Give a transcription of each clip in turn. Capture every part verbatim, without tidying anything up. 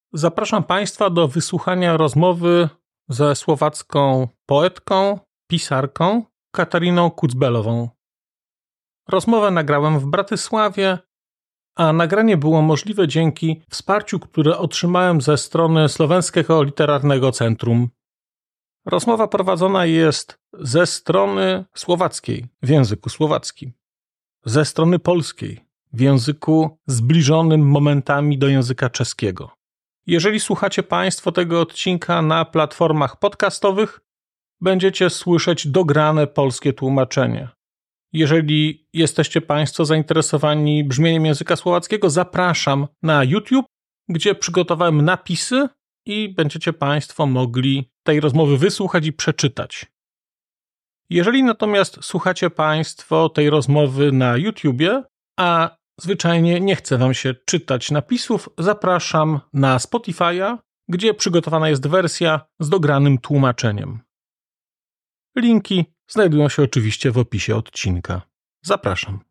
Zapraszam Państwa do wysłuchania rozmowy ze słowacką poetką, pisarką Katariną Kucbelową. Rozmowę nagrałem w Bratysławie, a nagranie było możliwe dzięki wsparciu, które otrzymałem ze strony Słoweńskiego Literarnego Centrum. Rozmowa prowadzona jest ze strony słowackiej, w języku słowackim, ze strony polskiej, w języku zbliżonym momentami do języka czeskiego. Jeżeli słuchacie Państwo tego odcinka na platformach podcastowych, będziecie słyszeć dograne polskie tłumaczenie. Jeżeli jesteście Państwo zainteresowani brzmieniem języka słowackiego, zapraszam na YouTube, gdzie przygotowałem napisy i będziecie Państwo mogli tej rozmowy wysłuchać i przeczytać. Jeżeli natomiast słuchacie Państwo tej rozmowy na YouTubie, a zwyczajnie nie chce Wam się czytać napisów, zapraszam na Spotify'a, gdzie przygotowana jest wersja z dogranym tłumaczeniem. Linki znajdują się oczywiście w opisie odcinka. Zapraszam.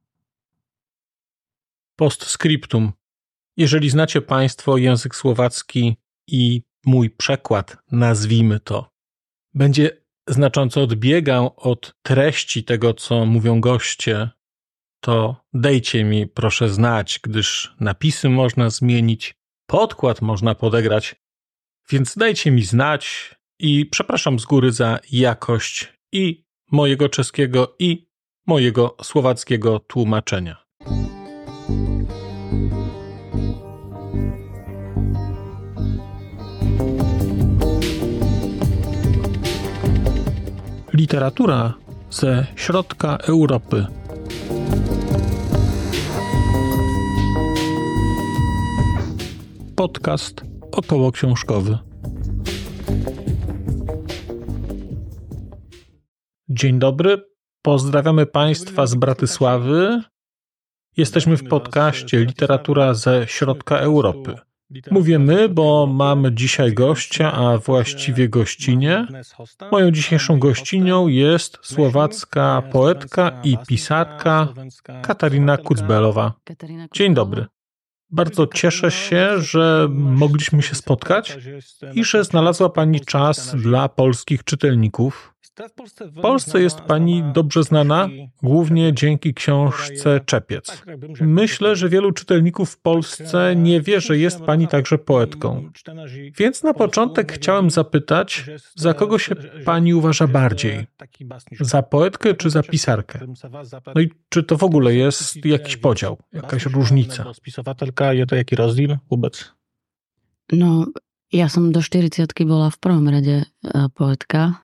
Postscriptum. Jeżeli znacie Państwo język słowacki i mój przekład, nazwijmy to, będzie znacząco odbiegał od treści tego, co mówią goście, to dejcie mi proszę znać, gdyż napisy można zmienić, podkład można podegrać, więc dajcie mi znać i przepraszam z góry za jakość i mojego czeskiego i mojego słowackiego tłumaczenia. Literatura ze środka Europy. Podcast okołoksiążkowy. Dzień dobry, pozdrawiamy Państwa z Bratysławy. Jesteśmy w podcaście Literatura ze środka Europy. Mówię my, bo mamy dzisiaj gościa, a właściwie gościnię. Moją dzisiejszą gościnią jest słowacka poetka i pisarka Katarina Kucbelowa. Dzień dobry. Bardzo cieszę się, że mogliśmy się spotkać i że znalazła Pani czas dla polskich czytelników. W Polsce jest Pani dobrze znana, głównie dzięki książce Czepiec. Myślę, że wielu czytelników w Polsce nie wie, że jest Pani także poetką. Więc na początek chciałem zapytać, za kogo się Pani uważa bardziej? Za poetkę czy za pisarkę? No i czy to w ogóle jest jakiś podział, jakaś różnica? Spisovatelka, je to jaki rozdiel vôbec? No, ja som do štyridsiatky bola v prvom rade poetka.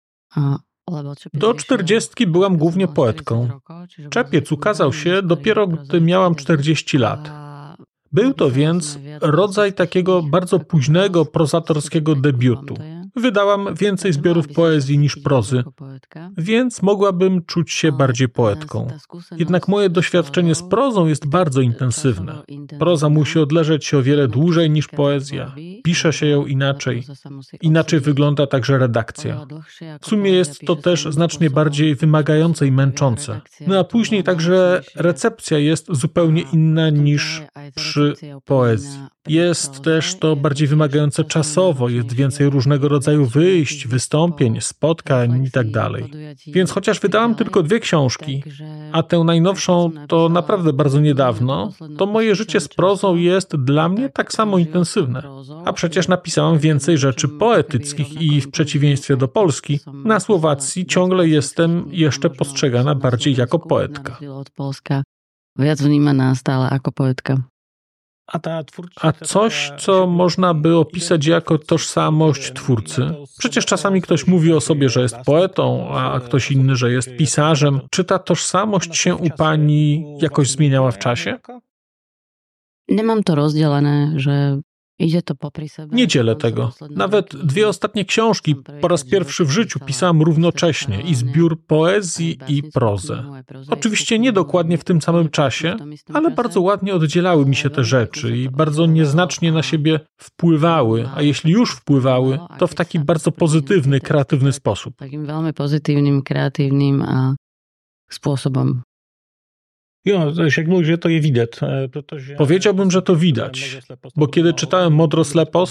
Do czterdziestki byłam głównie poetką. Czepiec ukazał się dopiero, gdy miałam czterdzieści lat. Był to więc rodzaj takiego bardzo późnego prozatorskiego debiutu. Wydałam więcej zbiorów poezji niż prozy, więc mogłabym czuć się bardziej poetką. Jednak moje doświadczenie z prozą jest bardzo intensywne. Proza musi odleżeć się o wiele dłużej niż poezja. Pisze się ją inaczej. Inaczej wygląda także redakcja. W sumie jest to też znacznie bardziej wymagające i męczące. No a później także recepcja jest zupełnie inna niż przy poezji. Jest też to bardziej wymagające czasowo, jest więcej różnego rodzaju wyjść, wystąpień, spotkań i tak dalej. Więc chociaż wydałam tylko dwie książki, a tę najnowszą to naprawdę bardzo niedawno, to moje życie z prozą jest dla mnie tak samo intensywne. A przecież napisałam więcej rzeczy poetyckich i w przeciwieństwie do Polski, na Słowacji ciągle jestem jeszcze postrzegana bardziej jako poetka. Viac vnímaná stále ako poetka. A coś, co można by opisać jako tożsamość twórcy? Przecież czasami ktoś mówi o sobie, że jest poetą, a ktoś inny, że jest pisarzem. Czy ta tożsamość się u Pani jakoś zmieniała w czasie? Nemám to rozdelené, že idzie to popri sebe. Nie dzielę tego. Nawet dwie ostatnie książki po raz pierwszy w życiu pisałam równocześnie i zbiór poezji i prozę. Oczywiście nie dokładnie w tym samym czasie, ale bardzo ładnie oddzielały mi się te rzeczy i bardzo nieznacznie na siebie wpływały, a jeśli już wpływały, to w taki bardzo pozytywny, kreatywny sposób. Takim veľmi pozitívnym, kreatívnym a spôsobom. Jo, jak mówisz, że to je widać. Powiedziałbym, że to widać, bo kiedy czytałem Modro Slepos,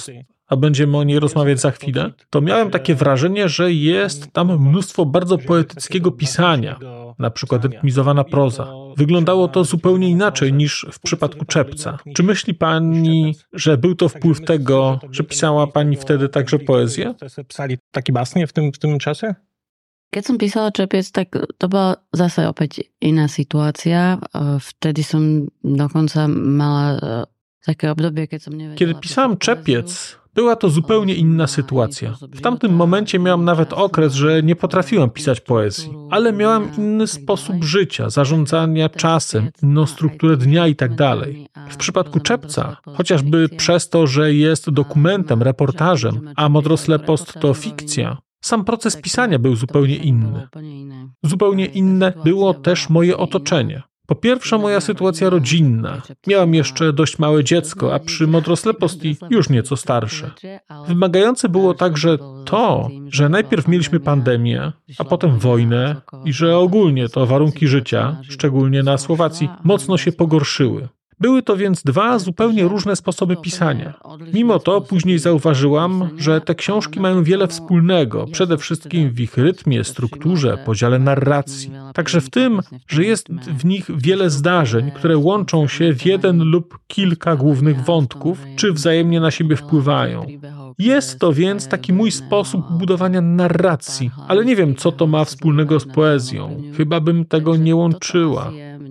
a będziemy o niej rozmawiać za chwilę, to miałem takie wrażenie, że jest tam mnóstwo bardzo poetyckiego pisania, na przykład rytmizowana proza. Wyglądało to zupełnie inaczej niż w przypadku Czepca. Czy myśli pani, że był to wpływ tego, że pisała pani wtedy także poezję? Pisali takie básnie w tym, w tym czasie? Keď som písala Čepiec, tak to bola zase opäť iná situácia. Vtedy som dokonca mala takie obdobie, keď som nevedela... Kiedy pisałam Czepiec, była to zupełnie inna sytuacja. W tamtym momencie miałam nawet okres, że nie potrafiłam pisać poezji, ale miałam inny sposób życia, zarządzania czasem, inną strukturę dnia i tak dalej. W przypadku Czepca, chociażby przez to, że jest dokumentem, reportażem, a Modroslepost to fikcja, sam proces pisania był zupełnie inny. Zupełnie inne było też moje otoczenie. Po pierwsze, moja sytuacja rodzinna. Miałam jeszcze dość małe dziecko, a przy Modrosleposti już nieco starsze. Wymagające było także to, że najpierw mieliśmy pandemię, a potem wojnę i że ogólnie to warunki życia, szczególnie na Słowacji, mocno się pogorszyły. Były to więc dwa zupełnie różne sposoby pisania. Mimo to później zauważyłam, że te książki mają wiele wspólnego, przede wszystkim w ich rytmie, strukturze, podziale narracji. Także w tym, że jest w nich wiele zdarzeń, które łączą się w jeden lub kilka głównych wątków, czy wzajemnie na siebie wpływają. Jest to więc taki mój sposób budowania narracji, ale nie wiem, co to ma wspólnego z poezją. Chyba bym tego nie łączyła.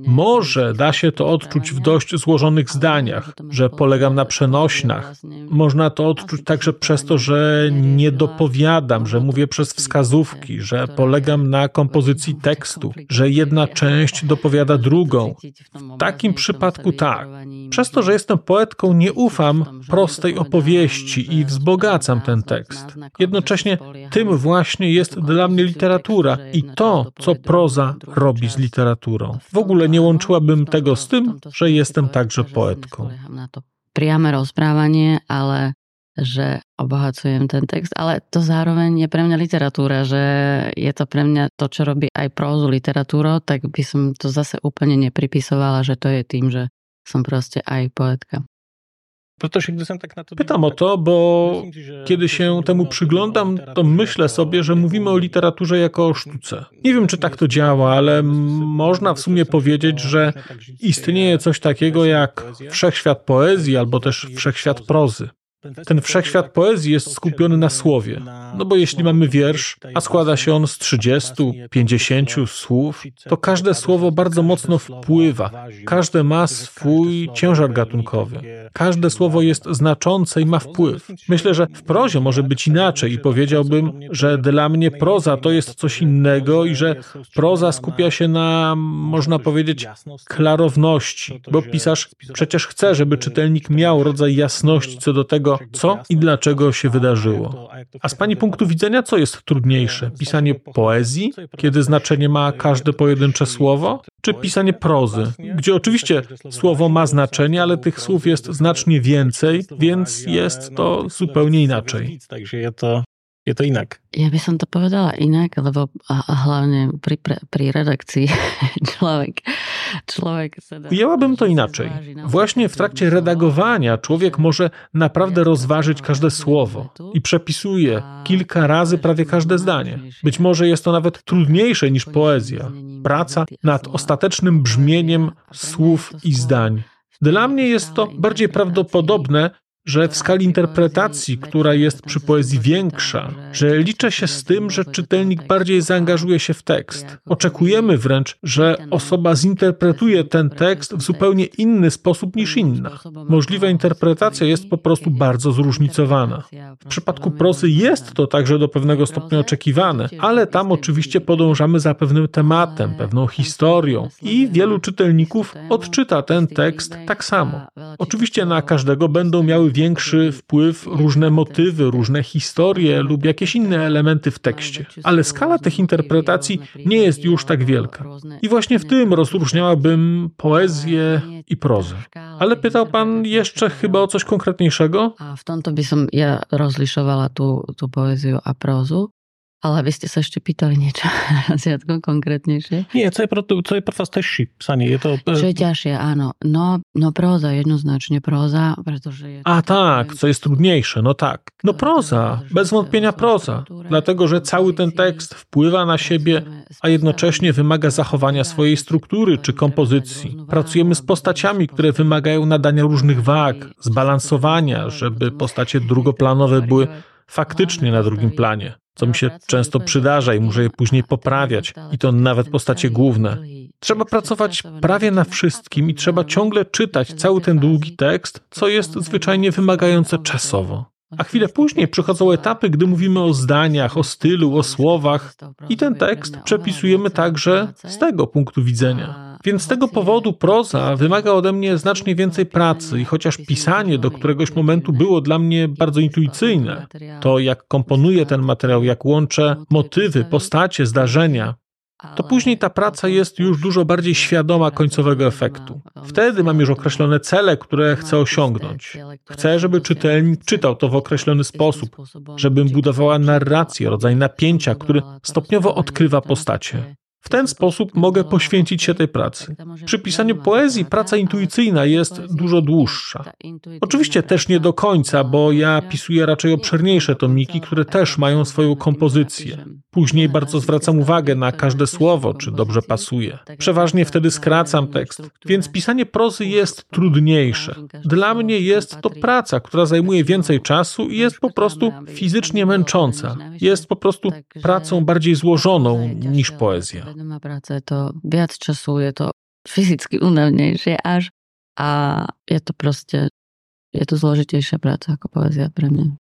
Może da się to odczuć w dość złożonych zdaniach, że polegam na przenośnach. Można to odczuć także przez to, że nie dopowiadam, że mówię przez wskazówki, że polegam na kompozycji tekstu, że jedna część dopowiada drugą. W takim przypadku tak. Przez to, że jestem poetką, nie ufam prostej opowieści i wzbogacam ten tekst. Jednocześnie tym właśnie jest dla mnie literatura i to, co proza robi z literaturą. W ogóle nie łączyłabym tego z tym, że jestem także poetką. Priame rozprávanie, ale že obohacujem ten text, ale to zároveň je pre mňa literatúra, že je to pre mňa to, čo robí aj prózu literatúrou, tak by som to zase úplne nepripisovala, že to je tým, že som proste aj poetka. Pytam o to, bo kiedy się temu przyglądam, to myślę sobie, że mówimy o literaturze jako o sztuce. Nie wiem, czy tak to działa, ale można w sumie powiedzieć, że istnieje coś takiego jak wszechświat poezji albo też wszechświat prozy. Ten wszechświat poezji jest skupiony na słowie. No bo jeśli mamy wiersz, a składa się on z trzydziestu, pięćdziesięciu słów, to każde słowo bardzo mocno wpływa. Każde ma swój ciężar gatunkowy. Każde słowo jest znaczące i ma wpływ. Myślę, że w prozie może być inaczej i powiedziałbym, że dla mnie proza to jest coś innego i że proza skupia się na, można powiedzieć, klarowności, bo pisarz przecież chce, żeby czytelnik miał rodzaj jasności co do tego, co i dlaczego się wydarzyło. A z pani punktu widzenia, co jest trudniejsze? Pisanie poezji, kiedy znaczenie ma każde pojedyncze słowo? Czy pisanie prozy, gdzie oczywiście słowo ma znaczenie, ale tych słów jest znacznie więcej, więc jest to zupełnie inaczej. Takže je to, je to inak. Ja by som to povedala inak, lebo a, a hlavne pri, pri, pri redakcii človek, človek sa dá... Ujęłabym to inaczej. Właśnie w trakcie redagowania człowiek może naprawdę rozważyć każde słowo i przepisuje kilka razy prawie każde zdanie. Być może jest to nawet trudniejsze niż poezja. Praca nad ostatecznym brzmieniem słów i zdań. Dla mnie jest to bardziej prawdopodobne, że w skali interpretacji, która jest przy poezji większa, że liczę się z tym, że czytelnik bardziej zaangażuje się w tekst. Oczekujemy wręcz, że osoba zinterpretuje ten tekst w zupełnie inny sposób niż inna. Możliwa interpretacja jest po prostu bardzo zróżnicowana. W przypadku prozy jest to także do pewnego stopnia oczekiwane, ale tam oczywiście podążamy za pewnym tematem, pewną historią i wielu czytelników odczyta ten tekst tak samo. Oczywiście na każdego będą miały większy wpływ różne motywy, różne historie lub jakieś inne elementy w tekście. Ale skala tych interpretacji nie jest już tak wielka. I właśnie w tym rozróżniałabym poezję i prozę. Ale pytał pan jeszcze chyba o coś konkretniejszego? A v tomto by som ja rozlišovala tú, tú poéziu a prózu. Ale vy ste sa ešte pýtali niečo začiatku konkrétnejšie? Nie, co je pro, co je pro vás težší psaní? Je to... Čo je ťažšie, áno. No, no próza, jednoznacznie próza, pretože... Je A tak, co jest trudniejsze, no tak. No proza, bez wątpienia proza. Dlatego, że cały ten tekst wpływa na siebie, a jednocześnie wymaga zachowania swojej struktury czy kompozycji. Pracujemy z postaciami, które wymagają nadania różnych wag, zbalansowania, żeby postacie drugoplanowe były faktycznie na drugim planie, co mi się często przydarza i muszę je później poprawiać, i to nawet postacie główne. Trzeba pracować prawie na wszystkim i trzeba ciągle czytać cały ten długi tekst, co jest zwyczajnie wymagające czasowo. A chwilę później przychodzą etapy, gdy mówimy o zdaniach, o stylu, o słowach i ten tekst przepisujemy także z tego punktu widzenia. Więc z tego powodu proza wymaga ode mnie znacznie więcej pracy i chociaż pisanie do któregoś momentu było dla mnie bardzo intuicyjne, to jak komponuję ten materiał, jak łączę motywy, postacie, zdarzenia, to później ta praca jest już dużo bardziej świadoma końcowego efektu. Wtedy mam już określone cele, które chcę osiągnąć. Chcę, żeby czytelnik czytał to w określony sposób, żebym budowała narrację, rodzaj napięcia, który stopniowo odkrywa postacie. W ten sposób mogę poświęcić się tej pracy. Przy pisaniu poezji praca intuicyjna jest dużo dłuższa. Oczywiście też nie do końca, bo ja pisuję raczej obszerniejsze tomiki, które też mają swoją kompozycję. Później bardzo zwracam uwagę na każde słowo, czy dobrze pasuje. Przeważnie wtedy skracam tekst, więc pisanie prozy jest trudniejsze. Dla mnie jest to praca, która zajmuje więcej czasu i jest po prostu fizycznie męcząca. Jest po prostu pracą bardziej złożoną niż poezja. Vedomá práca je to viac času, je to fyzicky únavnejšie až a je to proste, je to zložitejšia práca ako poezja pre mňa.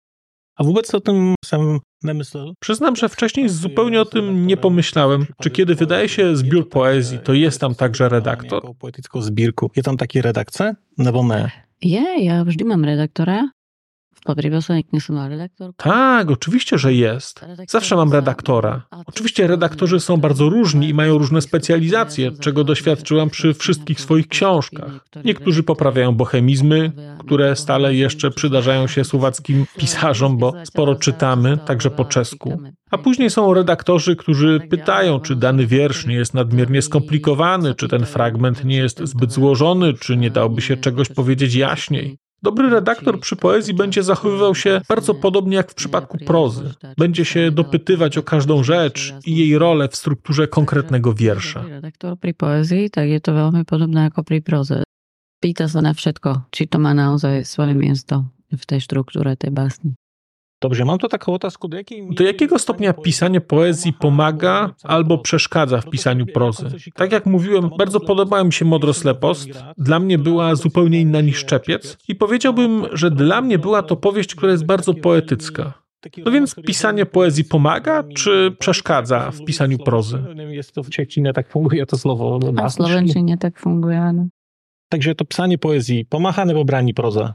A vôbec o tym sam nemyslel? Przyznam, że wcześniej zupełnie o tym nie pomyślałem. Czy kiedy wydaje się zbiór poezji, to jest tam także redaktor? Poetycką zbírku. Je tam taký redakce, nebo ne? Je, ja vždy mám redaktora. Po príposlednej knihe som mala redaktorku. Tak, oczywiście, że jest. Zawsze mam redaktora. Oczywiście redaktorzy są bardzo różni i mają różne specjalizacje, czego doświadczyłam przy wszystkich swoich książkach. Niektórzy poprawiają bohemizmy, które stale jeszcze przydarzają się słowackim pisarzom, bo sporo czytamy, także po czesku. A później są redaktorzy, którzy pytają, czy dany wiersz nie jest nadmiernie skomplikowany, czy ten fragment nie jest zbyt złożony, czy nie dałoby się czegoś powiedzieć jaśniej. Dobry redaktor przy poezji będzie zachowywał się bardzo podobnie jak w przypadku prozy. Będzie się dopytywać o każdą rzecz i jej rolę w strukturze konkretnego wiersza. Redaktor pri poezji, tak je to veľmi podobné ako pri proze. Pýta sa na všetko, či to má naozaj svoje miesto w tej štruktúre tej básni. Dobrze, mam to taką otázku, do jakiej... Do jakiego stopnia pisanie poezji pomaga albo przeszkadza w pisaniu prozy? Tak jak mówiłem, bardzo podobała mi się Modroslepost. Dla mnie była zupełnie inna niż Czepiec i powiedziałbym, że dla mnie była to powieść, która jest bardzo poetycka. No więc pisanie poezji pomaga, czy przeszkadza w pisaniu prozy? Jest to w czechcinie tak funguje to słowo. A w slovenčine tak funguje, áno. Takže to psanie poezji pomáha nebo brání proza?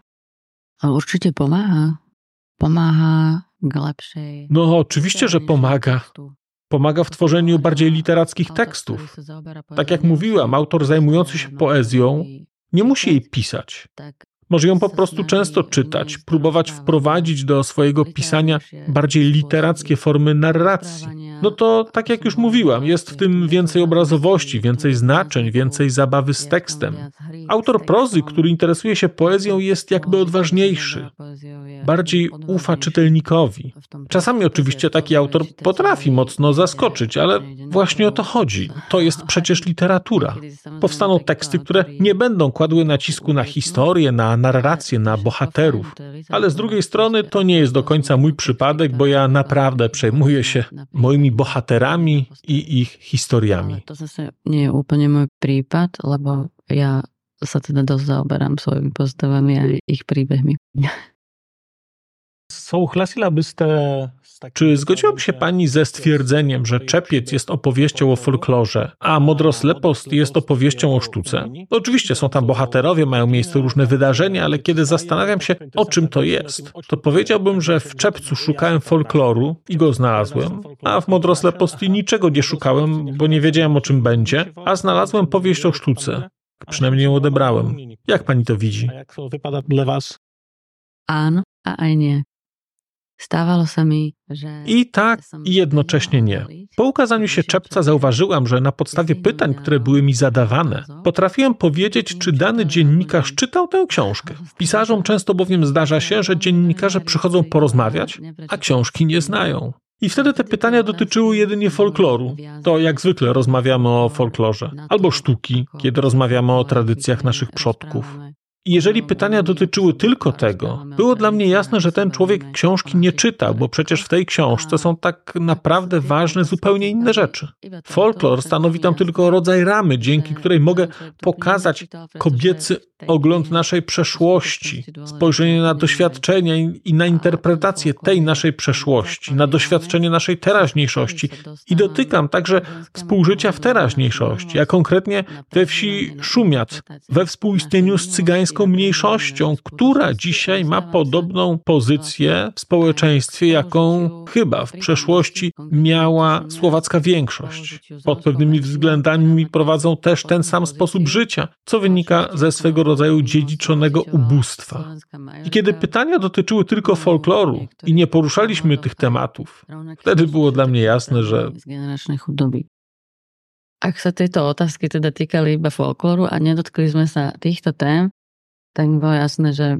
A určite pomáha. Pomáha k lepszej... No oczywiście, że pomaga. Pomaga w tworzeniu bardziej literackich tekstów. Tak jak mówiłam, autor zajmujący się poezją nie musi jej pisać. Może ją po prostu często czytać, próbować wprowadzić do swojego pisania bardziej literackie formy narracji. No to, tak jak już mówiłam, jest w tym więcej obrazowości, więcej znaczeń, więcej zabawy z tekstem. Autor prozy, który interesuje się poezją, jest jakby odważniejszy. Bardziej ufa czytelnikowi. Czasami oczywiście taki autor potrafi mocno zaskoczyć, ale właśnie o to chodzi. To jest przecież literatura. Powstaną teksty, które nie będą kładły nacisku na historię, na narrację, na bohaterów. Ale z drugiej strony to nie jest do końca mój przypadek, bo ja naprawdę przejmuję się moimi bohaterami i ich historiami. Ale to zase nie je úplne môj prípad, lebo ja sa teda dosť zaoberám svojimi postavami a ich príbehmi. Souhlasila byste... Czy zgodziłaby się pani ze stwierdzeniem, że Czepiec jest opowieścią o folklorze, a Modroslepost jest opowieścią o sztuce? Oczywiście są tam bohaterowie, mają miejsce różne wydarzenia, ale kiedy zastanawiam się, o czym to jest, to powiedziałbym, że w Czepcu szukałem folkloru i go znalazłem, a w Modrosleposti niczego nie szukałem, bo nie wiedziałem, o czym będzie, a znalazłem powieść o sztuce. Przynajmniej ją odebrałem. Jak pani to widzi? A jak to wypada dla was? Áno a aj nie. Stávalo sa mi, že... I tak, i jednocześnie nie. Po ukazaniu się Czepca zauważyłam, że na podstawie pytań, które były mi zadawane, potrafiłem powiedzieć, czy dany dziennikarz czytał tę książkę. Pisarzom często bowiem zdarza się, że dziennikarze przychodzą porozmawiać, a książki nie znają. I wtedy te pytania dotyczyły jedynie folkloru. To jak zwykle rozmawiamy o folklorze. Albo sztuki, kiedy rozmawiamy o tradycjach naszych przodków. I jeżeli pytania dotyczyły tylko tego, było dla mnie jasne, że ten człowiek książki nie czytał, bo przecież w tej książce są tak naprawdę ważne zupełnie inne rzeczy. Folklor stanowi tam tylko rodzaj ramy, dzięki której mogę pokazać kobiecy ogląd naszej przeszłości, spojrzenie na doświadczenia i na interpretację tej naszej przeszłości, na doświadczenie naszej teraźniejszości. I dotykam także współżycia w teraźniejszości, a konkretnie we wsi Szumiat, we współistnieniu z cygańską mniejszością, która dzisiaj ma podobną pozycję w społeczeństwie, jaką chyba w przeszłości miała słowacka większość. Pod pewnymi względami prowadzą też ten sam sposób życia, co wynika ze swego rodzaju dziedziczonego ubóstwa. I kiedy pytania dotyczyły tylko folkloru i nie poruszaliśmy tych tematów, wtedy było dla mnie jasne, że... Ak sa tieto otázky teda týkali iba folklóru a nedotkli sme sa týchto tém, tak mi bolo jasné, že,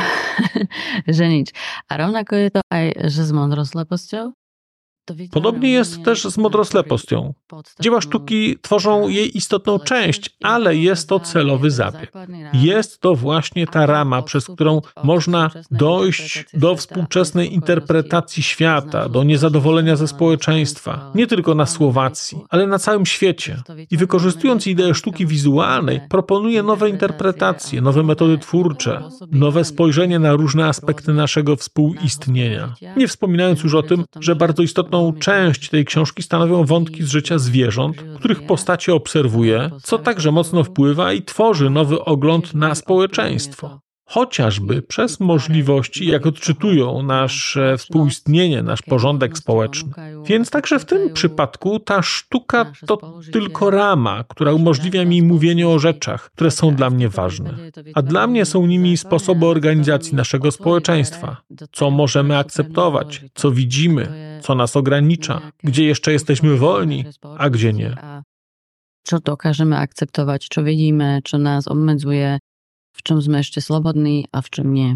že nič. A rovnako je to aj, že s mądrosleposťou. Podobnie jest też z modroslepością. Dzieła sztuki tworzą jej istotną część, ale jest to celowy zabieg. Jest to właśnie ta rama, przez którą można dojść do współczesnej interpretacji świata, do niezadowolenia ze społeczeństwa, nie tylko na Słowacji, ale na całym świecie. I wykorzystując ideę sztuki wizualnej, proponuje nowe interpretacje, nowe metody twórcze, nowe spojrzenie na różne aspekty naszego współistnienia. Nie wspominając już o tym, że bardzo istotną część tej książki stanowią wątki z życia zwierząt, których postacie obserwuje, co także mocno wpływa i tworzy nowy ogląd na społeczeństwo. Chociażby przez możliwości, jak odczytują nasze współistnienie, nasz porządek społeczny. Więc także w tym przypadku ta sztuka to tylko rama, która umożliwia mi mówienie o rzeczach, które są dla mnie ważne. A dla mnie są nimi sposoby organizacji naszego społeczeństwa. Co możemy akceptować, co widzimy, co nas ogranicza, gdzie jeszcze jesteśmy wolni, a gdzie nie. Co dokážeme akceptować, co widzimy, co nas obmedzuje, w czym sme ešte slobodní a w czym nie.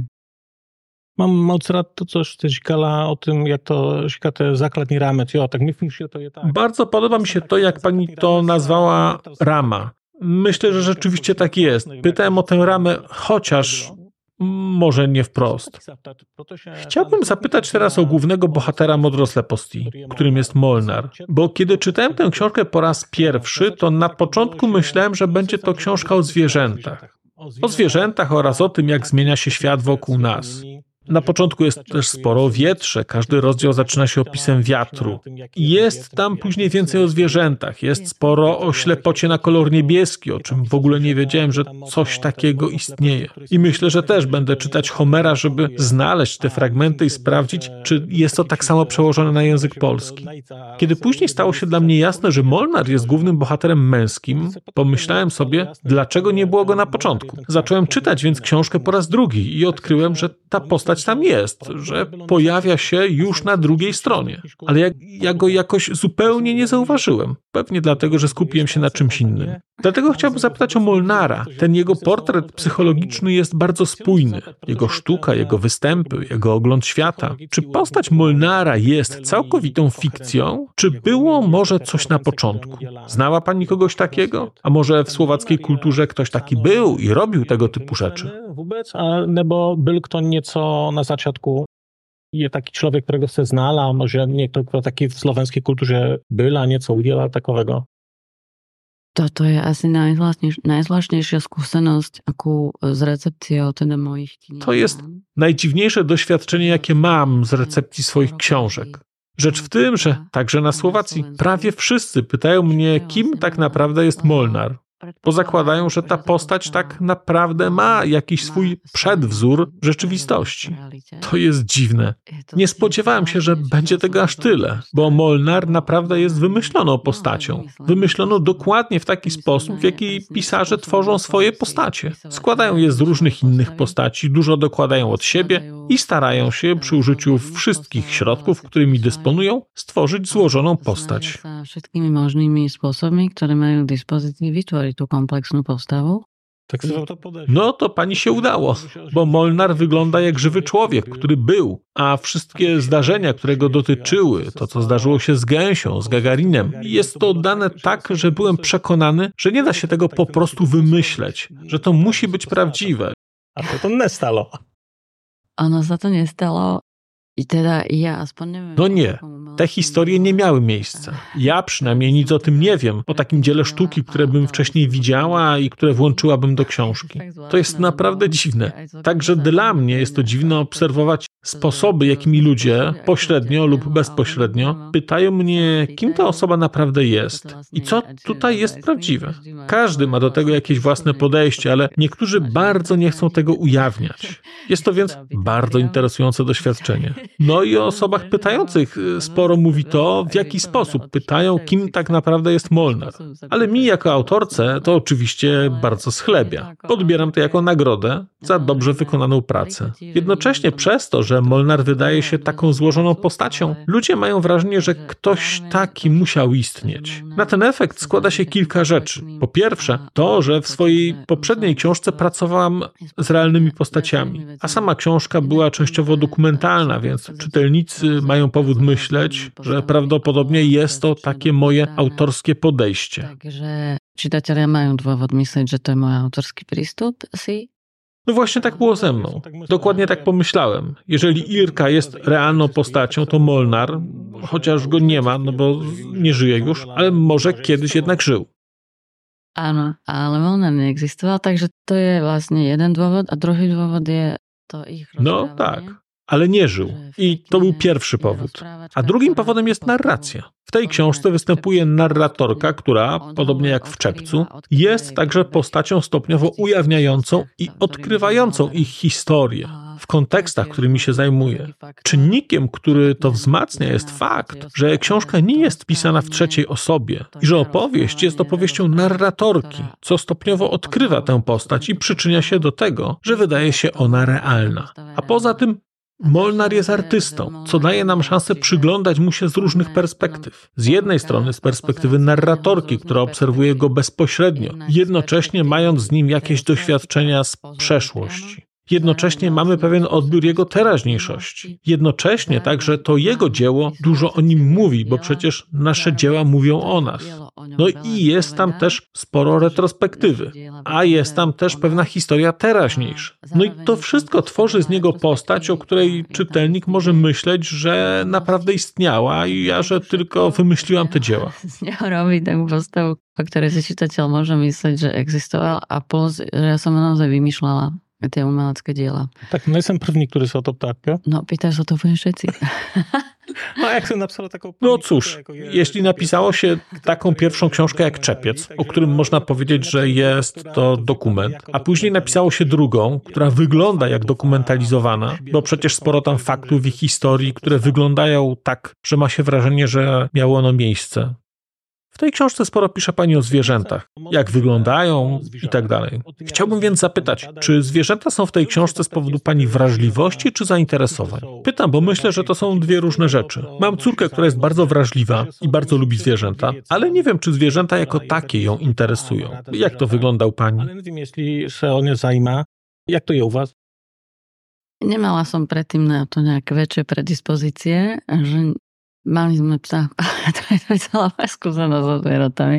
Mam moc rad to, co ty říkala o tym, jak to říká te základní rámec. Jo, tak myślę, że to jest tak. Bardzo podoba mi się to, jak pani to nazwała rama. Myślę, że rzeczywiście tak jest. Pytałem o tę ramę, chociaż może nie wprost. Chciałbym zapytać teraz o głównego bohatera Modrosleposti, którym jest Molnar. Bo kiedy czytałem tę książkę po raz pierwszy, to na początku myślałem, że będzie to książka o zwierzętach. O zwierzętach oraz o tym, jak zmienia się świat wokół nas. Na początku jest też sporo o wietrze, każdy rozdział zaczyna się opisem wiatru. Jest tam później więcej o zwierzętach, jest sporo o ślepocie na kolor niebieski, o czym w ogóle nie wiedziałem, że coś takiego istnieje. I myślę, że też będę czytać Homera, żeby znaleźć te fragmenty i sprawdzić, czy jest to tak samo przełożone na język polski. Kiedy później stało się dla mnie jasne, że Molnar jest głównym bohaterem męskim, pomyślałem sobie, dlaczego nie było go na początku. Zacząłem czytać więc książkę po raz drugi i odkryłem, że ta postać tam jest, że pojawia się już na drugiej stronie. Ale ja, ja go jakoś zupełnie nie zauważyłem. Pewnie dlatego, że skupiłem się na czymś innym. Dlatego chciałbym zapytać o Molnara. Ten jego portret psychologiczny jest bardzo spójny. Jego sztuka, jego występy, jego ogląd świata. Czy postać Molnara jest całkowitą fikcją? Czy było może coś na początku? Znała pani kogoś takiego? A może w słowackiej kulturze ktoś taki był i robił tego typu rzeczy? Vůbec, nebo byl kto nieco na začátku, je taki człowiek, którego se znala, może niekto, kto taki w słowenskiej kulturze był, a nieco udělal takového? Toto je asi najzvláštnejšia skúsenosť, akú z recepciou teda mojich kníh. To jest najdziwniejsze doświadczenie, jakie mam z recepcji swoich książek. Rzecz w tym, że także na Słowacji prawie wszyscy pytają mnie, kim tak naprawdę jest Molnar. bo zakładają, że ta postać tak naprawdę ma jakiś swój przedwzór w rzeczywistości. To jest dziwne. Nie spodziewałem się, że będzie tego aż tyle, bo Molnar naprawdę jest wymyśloną postacią. Wymyśloną dokładnie w taki sposób, w jaki pisarze tworzą swoje postacie. Składają je z różnych innych postaci, dużo dokładają od siebie i starają się przy użyciu wszystkich środków, którymi dysponują, stworzyć złożoną postać. Wszystkimi możnymi sposobami, które mają w dyspozycji, wytworzyć tą kompleksną postawę. Tak to podejść. No to pani się udało, bo Molnar wygląda jak żywy człowiek, który był, a wszystkie zdarzenia, które go dotyczyły, to co zdarzyło się z Gęsią, z Gagarinem, jest to dane tak, że byłem przekonany, że nie da się tego po prostu wymyśleć, że to musi być prawdziwe. A to to nie stało. Ono sa to nestalo. I teda ja aspoň neviem... No nie, te historie nie miały miejsca. Ja przynajmniej nic o tym nie wiem, o takim dziele sztuki, które bym wcześniej widziała i które włączyłabym do książki. To jest naprawdę dziwne. Także dla mnie jest to dziwne obserwować sposoby, jakimi ludzie, pośrednio lub bezpośrednio, pytają mnie, kim ta osoba naprawdę jest i co tutaj jest prawdziwe. Każdy ma do tego jakieś własne podejście, ale niektórzy bardzo nie chcą tego ujawniać. Jest to więc bardzo interesujące doświadczenie. No i o osobach pytających sporo mówi to, w jaki sposób pytają, kim tak naprawdę jest Molnar. Ale mi jako autorce to oczywiście bardzo schlebia. Odbieram to jako nagrodę za dobrze wykonaną pracę. Jednocześnie przez to, że Molnar wydaje się taką złożoną postacią, ludzie mają wrażenie, że ktoś taki musiał istnieć. Na ten efekt składa się kilka rzeczy. Po pierwsze, to, że w swojej poprzedniej książce pracowałam z realnymi postaciami, a sama książka była częściowo dokumentalna, więc czytelnicy mają powód myśleć, że prawdopodobnie jest to takie moje autorskie podejście. Takže čitatelia majú dôvod myslieť, že to je môj autorský prístup si. No właśnie tak było ze mną. Dokładnie tak pomyślałem. Jeżeli Irka jest realną postacią, to Molnar, chociaż go nie ma, no bo nie żyje już, ale może kiedyś jednak żył. Áno, ale Molnar neexistoval, takže to je vlastne jeden dôvod a druhý dôvod je to ich No tak, ale nie żył. I to był pierwszy powód. A drugim powodem jest narracja. W tej książce występuje narratorka, która, podobnie jak w Czepcu, jest także postacią stopniowo ujawniającą i odkrywającą ich historię w kontekstach, którymi się zajmuje. Czynnikiem, który to wzmacnia, jest fakt, że książka nie jest pisana w trzeciej osobie i że opowieść jest opowieścią narratorki, co stopniowo odkrywa tę postać i przyczynia się do tego, że wydaje się ona realna. A poza tym Molnar jest artystą, co daje nam szansę przyglądać mu się z różnych perspektyw. Z jednej strony z perspektywy narratorki, która obserwuje go bezpośrednio, jednocześnie mając z nim jakieś doświadczenia z przeszłości. Jednocześnie mamy pewien odbiór jego teraźniejszości. Jednocześnie także to jego dzieło dużo o nim mówi, bo przecież nasze dzieła mówią o nas. No i jest tam też sporo retrospektywy, a jest tam też pewna historia teraźniejsza. No i to wszystko tworzy z niego postać, o której czytelnik może myśleć, że naprawdę istniała i ja, że tylko wymyśliłam te dzieła. Z niego robi taką postawę, o której si čitateľ môže myslieť, že existoval a plus, že ja som naozaj vymýšľala tie umelecké diela. Tak, no jestem pewny, który są to ptaka. No, pýtaš o to úplne všetci. No, jak sobie napisało taką... No cóż, jeśli napisało się taką pierwszą książkę jak Czepiec, o którym można powiedzieć, że jest to dokument, a później napisało się drugą, która wygląda jak dokumentalizowana, bo przecież sporo tam faktów i historii, które wyglądają tak, że ma się wrażenie, że miało ono miejsce. W tej książce sporo pisze pani o zwierzętach, jak wyglądają i tak dalej. Chciałbym więc zapytać, czy zwierzęta są w tej książce z powodu pani wrażliwości czy zainteresowań? Pytam, bo myślę, że to są dwie różne rzeczy. Mam córkę, która jest bardzo wrażliwa i bardzo lubi zwierzęta, ale nie wiem, czy zwierzęta jako takie ją interesują. Jak to wygląda u pani? Ale nie wiem, jeśli się o nie zajma, jak to je u was? Nemala som predtým na to nejaké väčšie predispozície, že mali sme psa, to je celá moja skúsenosť so zvieratami.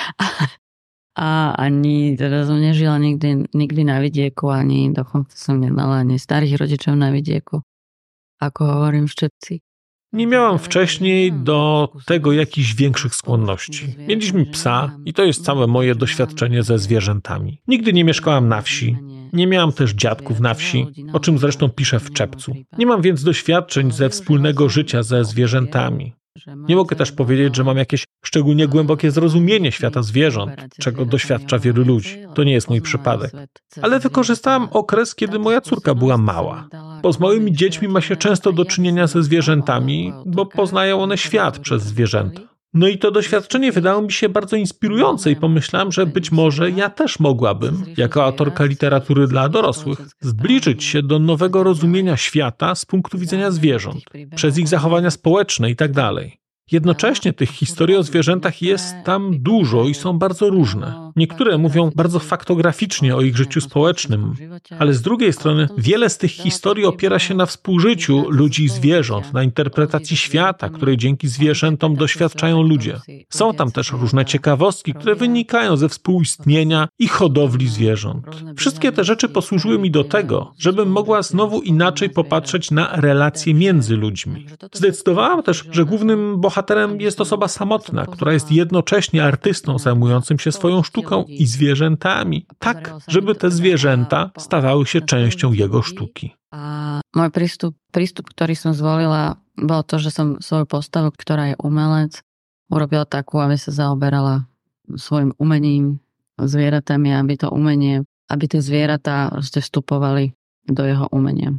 A ani, teda som nežila nikdy, nikdy na vidieku, ani dokonca som nemala ani starých rodičov na vidieku, ako hovorím v Čepci. Nie miałam wcześniej do tego jakichś większych skłonności. Mieliśmy psa i to jest całe moje doświadczenie ze zwierzętami. Nigdy nie mieszkałam na wsi. Nie miałam też dziadków na wsi, o czym zresztą piszę w Czepcu. Nie mam więc doświadczeń ze wspólnego życia ze zwierzętami. Nie mogę też powiedzieć, że mam jakieś szczególnie głębokie zrozumienie świata zwierząt, czego doświadcza wielu ludzi. To nie jest mój przypadek. Ale wykorzystałam okres, kiedy moja córka była mała. Bo z małymi dziećmi ma się często do czynienia ze zwierzętami, bo poznają one świat przez zwierzęta. No i to doświadczenie wydało mi się bardzo inspirujące i pomyślałam, że być może ja też mogłabym, jako autorka literatury dla dorosłych, zbliżyć się do nowego rozumienia świata z punktu widzenia zwierząt, przez ich zachowania społeczne i tak dalej. Jednocześnie tych historii o zwierzętach jest tam dużo i są bardzo różne. Niektóre mówią bardzo faktograficznie o ich życiu społecznym, ale z drugiej strony wiele z tych historii opiera się na współżyciu ludzi i zwierząt, na interpretacji świata, której dzięki zwierzętom doświadczają ludzie. Są tam też różne ciekawostki, które wynikają ze współistnienia i hodowli zwierząt. Wszystkie te rzeczy posłużyły mi do tego, żebym mogła znowu inaczej popatrzeć na relacje między ludźmi. Zdecydowałam też, że głównym bohaterem Bohaterem jest osoba samotna, która jest jednocześnie artystą zajmującym się swoją sztuką i zwierzętami, tak, żeby te zwierzęta stawały się częścią jego sztuki. A môj prístup, prístup, ktorý som zvolila, bolo to, že som svoju postavu, ktorá je umelec, urobila takú, aby sa zaoberala svojim umením, zvieratami, aby to umenie, aby tie zvieratá proste vstupovali do jeho umenia.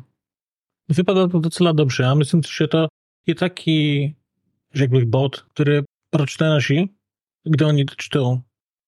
Wypada to docela dobrze, a myslím, že to je taki, řekl bych, bod, który pročtenaši, gdy oni to čtou,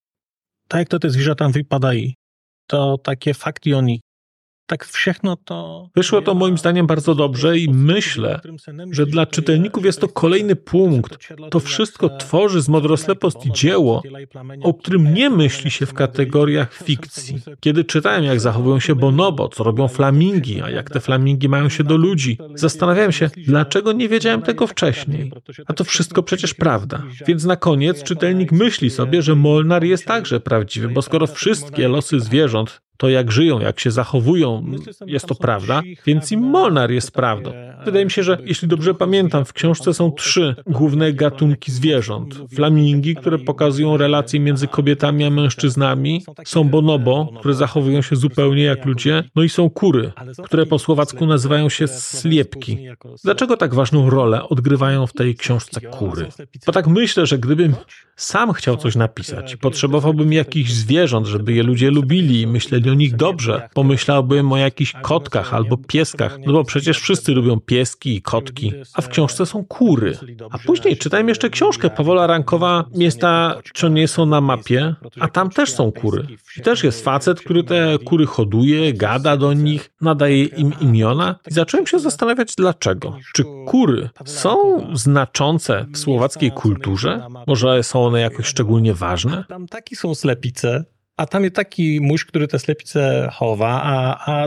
tak jak to te zwierzęta wypadají, to takie fakty o nich, tak všechno to... Wyszło to moim zdaniem bardzo dobrze i myślę, że dla czytelników jest to kolejny punkt. To wszystko tworzy z Modrosleposti dzieło, o którym nie myśli się w kategoriach fikcji. Kiedy czytałem, jak zachowują się bonobo, co robią flamingi, a jak te flamingi mają się do ludzi, zastanawiałem się, dlaczego nie wiedziałem tego wcześniej. A to wszystko przecież prawda. Więc na koniec czytelnik myśli sobie, że Molnar jest także prawdziwy, bo skoro wszystkie losy zwierząt, to jak żyją, jak się zachowują, jest to prawda, więc i Molnar jest prawdą. Wydaje mi się, że jeśli dobrze pamiętam, w książce są trzy główne gatunki zwierząt. Flamingi, które pokazują relacje między kobietami a mężczyznami, są bonobo, które zachowują się zupełnie jak ludzie, no i są kury, które po słowacku nazywają się sliepki. Dlaczego tak ważną rolę odgrywają w tej książce kury? Bo tak myślę, że gdybym sam chciał coś napisać i potrzebowałbym jakichś zwierząt, żeby je ludzie lubili i myśleli o nich dobrze, pomyślałbym o jakichś kotkach albo pieskach, no bo przecież wszyscy lubią pieski i kotki, a w książce są kury. A później czytałem jeszcze książkę Pavola Rankowa Miesta, co nie są na mapie, a tam też są kury. I też jest facet, który te kury hoduje, gada do nich, nadaje im imiona i zacząłem się zastanawiać dlaczego. Czy kury są znaczące w słowackiej kulturze? Może są one jakoś szczególnie ważne? Tam taki są slepice, a tam jest taki muž, który te slepice chowa, a, a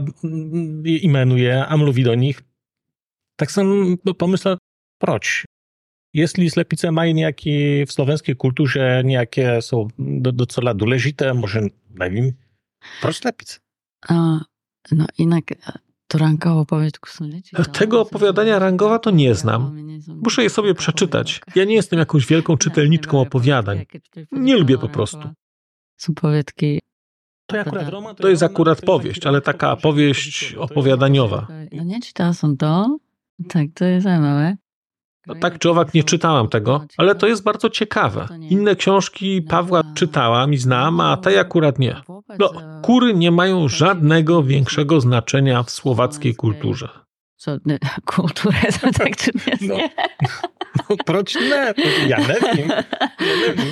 je imenuje, a mówi do nich. Tak sam pomyślę, proč? Jeśli slepice mają nejaké v slovenskej kulturze, nejaké są docela důležité, może, nie wiem, proč slepice? A, no inak to Rankowo opowiedku są nie Tego opowiadania Rankowa to nie znam. Muszę je sobie przeczytać. Ja nie jestem jakąś wielką czytelniczką opowiadań. Nie lubię po prostu. Są powietki. To, akurat roman, to jest akurat powieść, ale taka powieść opowiadaniowa. No nie czytała som to. Tak, to jest zaujímavé. No tak czy owak nie czytałam tego, ale to jest bardzo ciekawe. Inne książki Pawła czytałam i znam, a tej akurat nie. No, kury nie mają żadnego większego znaczenia w słowackiej kulturze. Co, ne, kulturę to tak czy nie? No, no proč ne? Ja nie wiem. Ja nie wiem.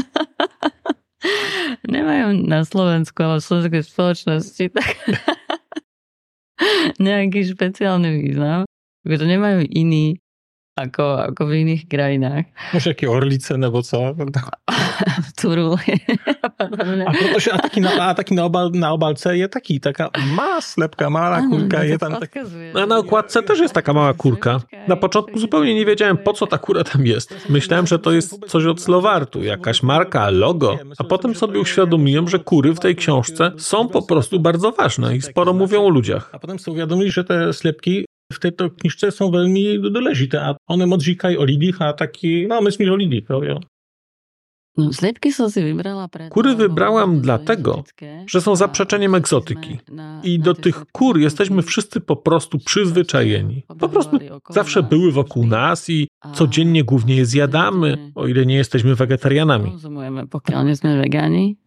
Nemajú na Slovensku, ale v slovenskej spoločnosti tak nejaký špeciálny význam. To nemajú iný ako, ako v iných krajinách. Może jakie orlice, nebo co? Turuly. A, protože, a taki, na, a taki na, obal, na obalce je taki, taka mała slepka, mała kurka. Je tam tak... A na okładce też jest taka mała kurka. Na początku zupełnie nie wiedziałem, po co ta kura tam jest. Myślałem, że to jest coś od Slowartu, jakaś marka, logo. A potem sobie uświadomiłem, że kury w tej książce są po prostu bardzo ważne i sporo mówią o ludziach. A potem sobie uświadomili, że te slepki w tej to kniżce są veľmi dôležité a one moc říkají o lidích a taky, no my jsme o lidích, jo. No, sliepky som si vybrala preto, Kury wybrałam dlatego, że są zaprzeczeniem egzotyki. I do tych kur jesteśmy wszyscy po prostu przyzwyczajeni. Po prostu zawsze były wokół nas i codziennie głównie je zjadamy, o ile nie jesteśmy wegetarianami. Konzumujemy, pokiaľ nie sme vegani.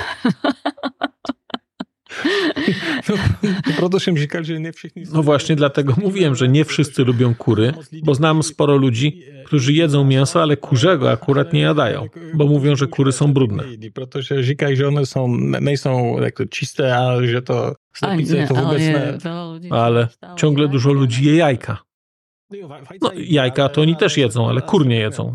No właśnie dlatego mówiłem, że nie wszyscy lubią kury, bo znam sporo ludzi, którzy jedzą mięso, ale kurzego akurat nie jadają, bo mówią, że kury są brudne. Protože říkají, že one są, nejsą jako čisté a že to slepice to vůbec ne. Ale ciągle dużo ludzi je jajka. No jajka to oni też jedzą, ale kur nie jedzą.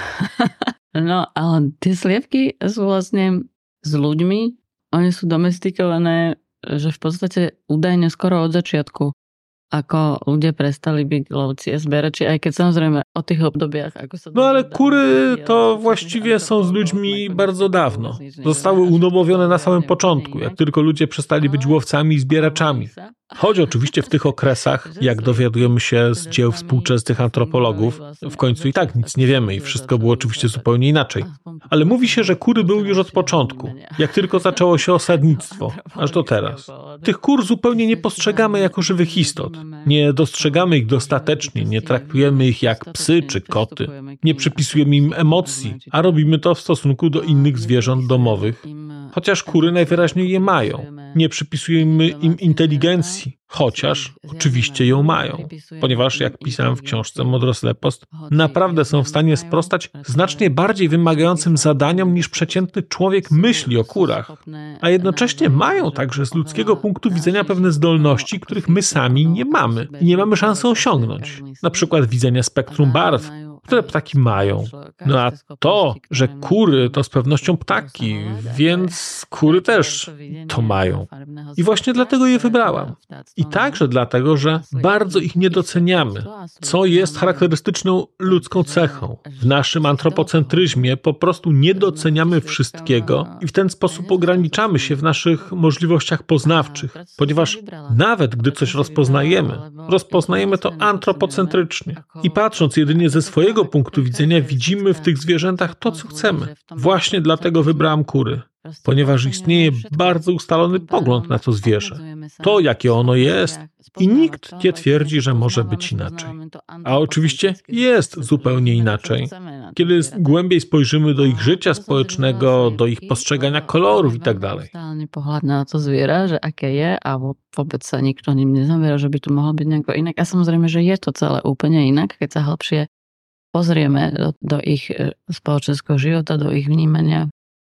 No, ale tie sliepky sú vlastne s ľuďmi, oni sú domestikované, že v podstate údajne skoro od začiatku, ako ľudia prestali byť lovci a zbierači, aj keď samozrejme o tych obdobiach, ako sa... No ale kury to właściwie są z ludźmi bardzo dawno. Zostały udomowione na samym początku, jak tylko ludzie przestali być łowcami i zbieraczami. Choć oczywiście w tych okresach, jak dowiadujemy się z dzieł współczesnych antropologów, w końcu i tak nic nie wiemy i wszystko było oczywiście zupełnie inaczej. Ale mówi się, że kury były już od początku, jak tylko zaczęło się osadnictwo, aż do teraz. Tych kur zupełnie nie postrzegamy jako żywych istot. Nie dostrzegamy ich dostatecznie, nie traktujemy ich jak psy czy koty. Nie przypisujemy im emocji, a robimy to w stosunku do innych zwierząt domowych. Chociaż kury najwyraźniej je mają. Nie przypisujemy im inteligencji, chociaż oczywiście ją mają. Ponieważ, jak pisałem w książce Modroslepost, naprawdę są w stanie sprostać znacznie bardziej wymagającym zadaniom niż przeciętny człowiek myśli o kurach. A jednocześnie mają także z ludzkiego punktu widzenia pewne zdolności, których my sami nie mamy i nie mamy szansy osiągnąć. Na przykład widzenia spektrum barw, które ptaki mają. No a to, że kury to z pewnością ptaki, więc kury też to mają. I właśnie dlatego je wybrałam. I także dlatego, że bardzo ich nie doceniamy, co jest charakterystyczną ludzką cechą. W naszym antropocentryzmie po prostu nie doceniamy wszystkiego i w ten sposób ograniczamy się w naszych możliwościach poznawczych, ponieważ nawet gdy coś rozpoznajemy, rozpoznajemy to antropocentrycznie. I patrząc jedynie ze swojego punktu widzenia, widzimy w tych zwierzętach to, co chcemy. Właśnie dlatego wybrałam kury, ponieważ istnieje bardzo ustalony pogląd na to zwierzę. To, jakie ono jest, i nikt nie twierdzi, że może być inaczej. A oczywiście jest zupełnie inaczej. Kiedy głębiej spojrzymy do ich życia społecznego, do ich postrzegania kolorów i tak dalej. Pohľad na to zviera, že aké je a vôbec sa nikto ním nezaberá, že by tu mohlo byť nejako inak. A samozrejme, že je to celé úplne inak, keď sa hlbšie pozrieme do, do ich spoločenského života, do ich vnímania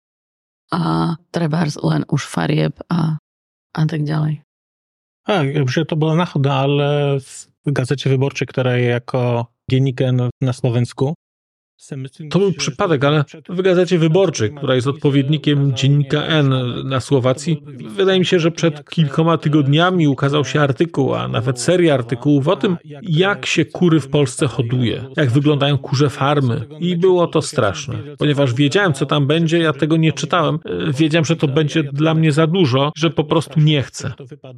a trebárs len už farieb a, a tak ďalej. Tak, že to bola náhoda, ale w Gazecie Wyborczej, która je jako dziennikiem na Słowensku. To był przypadek, ale w Gazecie Wyborczej, która jest odpowiednikiem Dziennika N na Słowacji, wydaje mi się, że przed kilkoma tygodniami ukazał się artykuł, a nawet seria artykułów o tym, jak się kury w Polsce hoduje, jak wyglądają kurze farmy. I było to straszne. Ponieważ wiedziałem, co tam będzie, ja tego nie czytałem. Wiedziałem, że to będzie dla mnie za dużo, że po prostu nie chcę.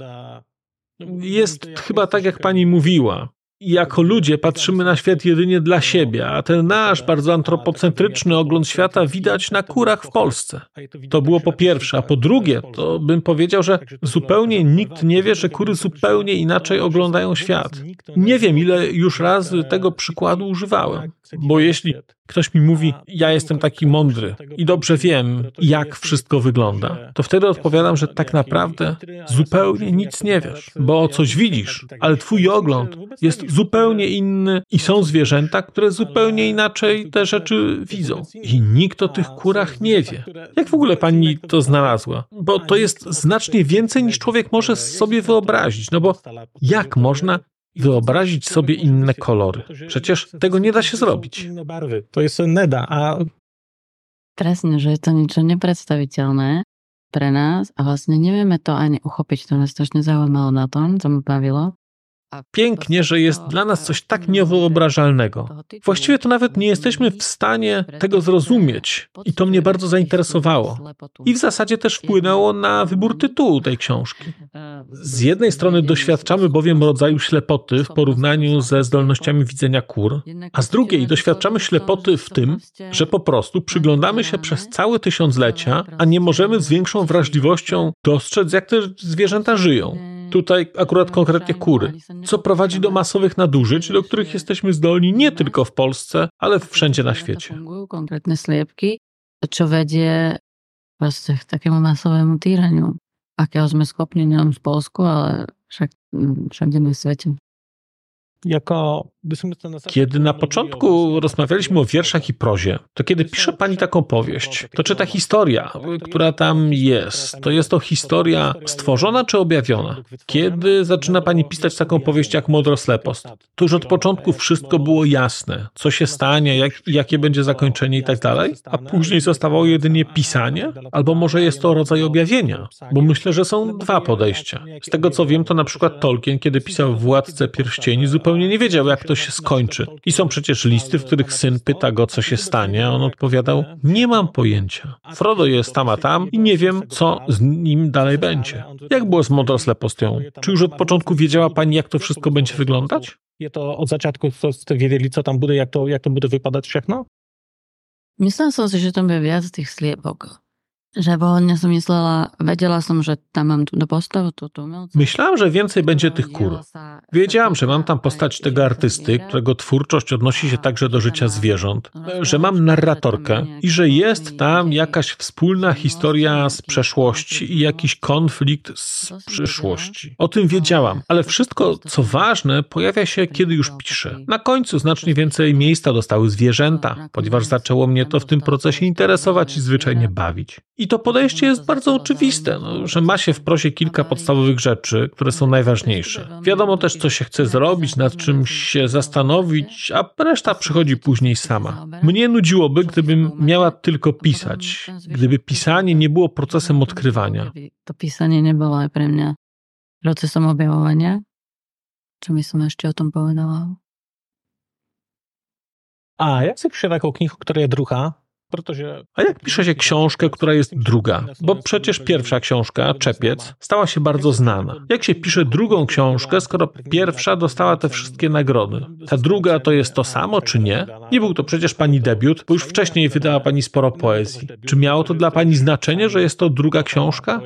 Jest chyba tak, jak pani mówiła. Jako ludzie patrzymy na świat jedynie dla siebie, a ten nasz bardzo antropocentryczny ogląd świata widać na kurach w Polsce. To było po pierwsze, a po drugie, to bym powiedział, że zupełnie nikt nie wie, że kury zupełnie inaczej oglądają świat. Nie wiem, ile już razy tego przykładu używałem, bo jeśli ktoś mi mówi, ja jestem taki mądry i dobrze wiem, jak wszystko wygląda, to wtedy odpowiadam, że tak naprawdę zupełnie nic nie wiesz, bo coś widzisz, ale twój ogląd jest zupełnie inny i są zwierzęta, które zupełnie inaczej te rzeczy widzą. I nikt o tych kurach nie wie. Jak w ogóle pani to znalazła? Bo to jest znacznie więcej niż człowiek może sobie wyobrazić. No bo jak można wyobrazić sobie inne kolory? Przecież tego nie da się zrobić. To jest neda. A... Presne, že je to niečo nepredstaviteľné pre nás a vlastne nevieme to ani uchopiť. To nás strašne zaujímalo na tom, co ma bavilo. Pięknie, że jest dla nas coś tak niewyobrażalnego. Właściwie to nawet nie jesteśmy w stanie tego zrozumieć i to mnie bardzo zainteresowało. I w zasadzie też wpłynęło na wybór tytułu tej książki. Z jednej strony doświadczamy bowiem rodzaju ślepoty w porównaniu ze zdolnościami widzenia kur, a z drugiej doświadczamy ślepoty w tym, że po prostu przyglądamy się przez całe tysiąclecia, a nie możemy z większą wrażliwością dostrzec, jak te zwierzęta żyją. Tutaj akurat konkretnie kury, co prowadzi do masowych nadużyć, do których jesteśmy zdolni nie tylko w Polsce, ale wszędzie na świecie. Konkretne sliepky, čo vedie vlastne k takému masovému týraniu, akého sme schopni nielen v Polsku, ale však všade na svete. Jako... Kiedy na początku rozmawialiśmy o wierszach i prozie, to kiedy pisze pani taką powieść, to czy ta historia, która tam jest, to jest to historia stworzona czy objawiona? Kiedy zaczyna pani pisać taką powieść jak Modroslepost, to już od początku wszystko było jasne, co się stanie, jak, jakie będzie zakończenie i tak dalej, a później zostawało jedynie pisanie? Albo może jest to rodzaj objawienia? Bo myślę, że są dwa podejścia. Z tego co wiem, to na przykład Tolkien, kiedy pisał Władcę Pierścieni, zupełnie nie wiedział, jak to się skończy. I są przecież listy, w których syn pyta go, co się stanie, a on odpowiadał, nie mam pojęcia. Frodo jest tam a tam i nie wiem, co z nim dalej będzie. Jak było z Modroslepostią? Czy już od początku wiedziała pani, jak to wszystko będzie wyglądać? Je to od začiatku ste wiedzieli, co tam bude, jak to, jak to bude vypadať všechno? Myslela som si, že tam bude viac tých sliepok. Że pôvodne som myslela, vedela som, že tam mám do postavu túto umelca. Myślałam, że więcej będzie tych kur. Wiedziałam, że mam tam postać tego artysty, którego twórczość odnosi się także do życia zwierząt, że mam narratorkę i że jest tam jakaś wspólna historia z przeszłości i jakiś konflikt z przyszłości. O tym wiedziałam, ale wszystko, co ważne, pojawia się, kiedy już piszę. Na końcu znacznie więcej miejsca dostały zwierzęta, ponieważ zaczęło mnie to w tym procesie interesować i zwyczajnie bawić. I to podejście jest bardzo oczywiste, no, że ma się w prozie kilka podstawowych rzeczy, które są najważniejsze. Wiadomo też, co się chce zrobić, nad czym się zastanowić, a reszta przychodzi później sama. Mnie nudziłoby, gdybym miała tylko pisać, gdyby pisanie nie było procesem odkrywania. To pisanie nie było pre mňa procesom objavovania. Čo by som ešte o tom povedala? A jak się pisze taką knihę, która jest druga? A jak pisze się książkę, która jest druga? Bo przecież pierwsza książka, Czepiec, stała się bardzo znana. Jak się pisze drugą książkę, skoro pierwsza dostała te wszystkie nagrody? Ta druga to jest to samo, czy nie? Nie był to przecież pani debiut, bo już wcześniej wydała pani sporo poezji. Czy miało to dla pani znaczenie, że jest to druga książka?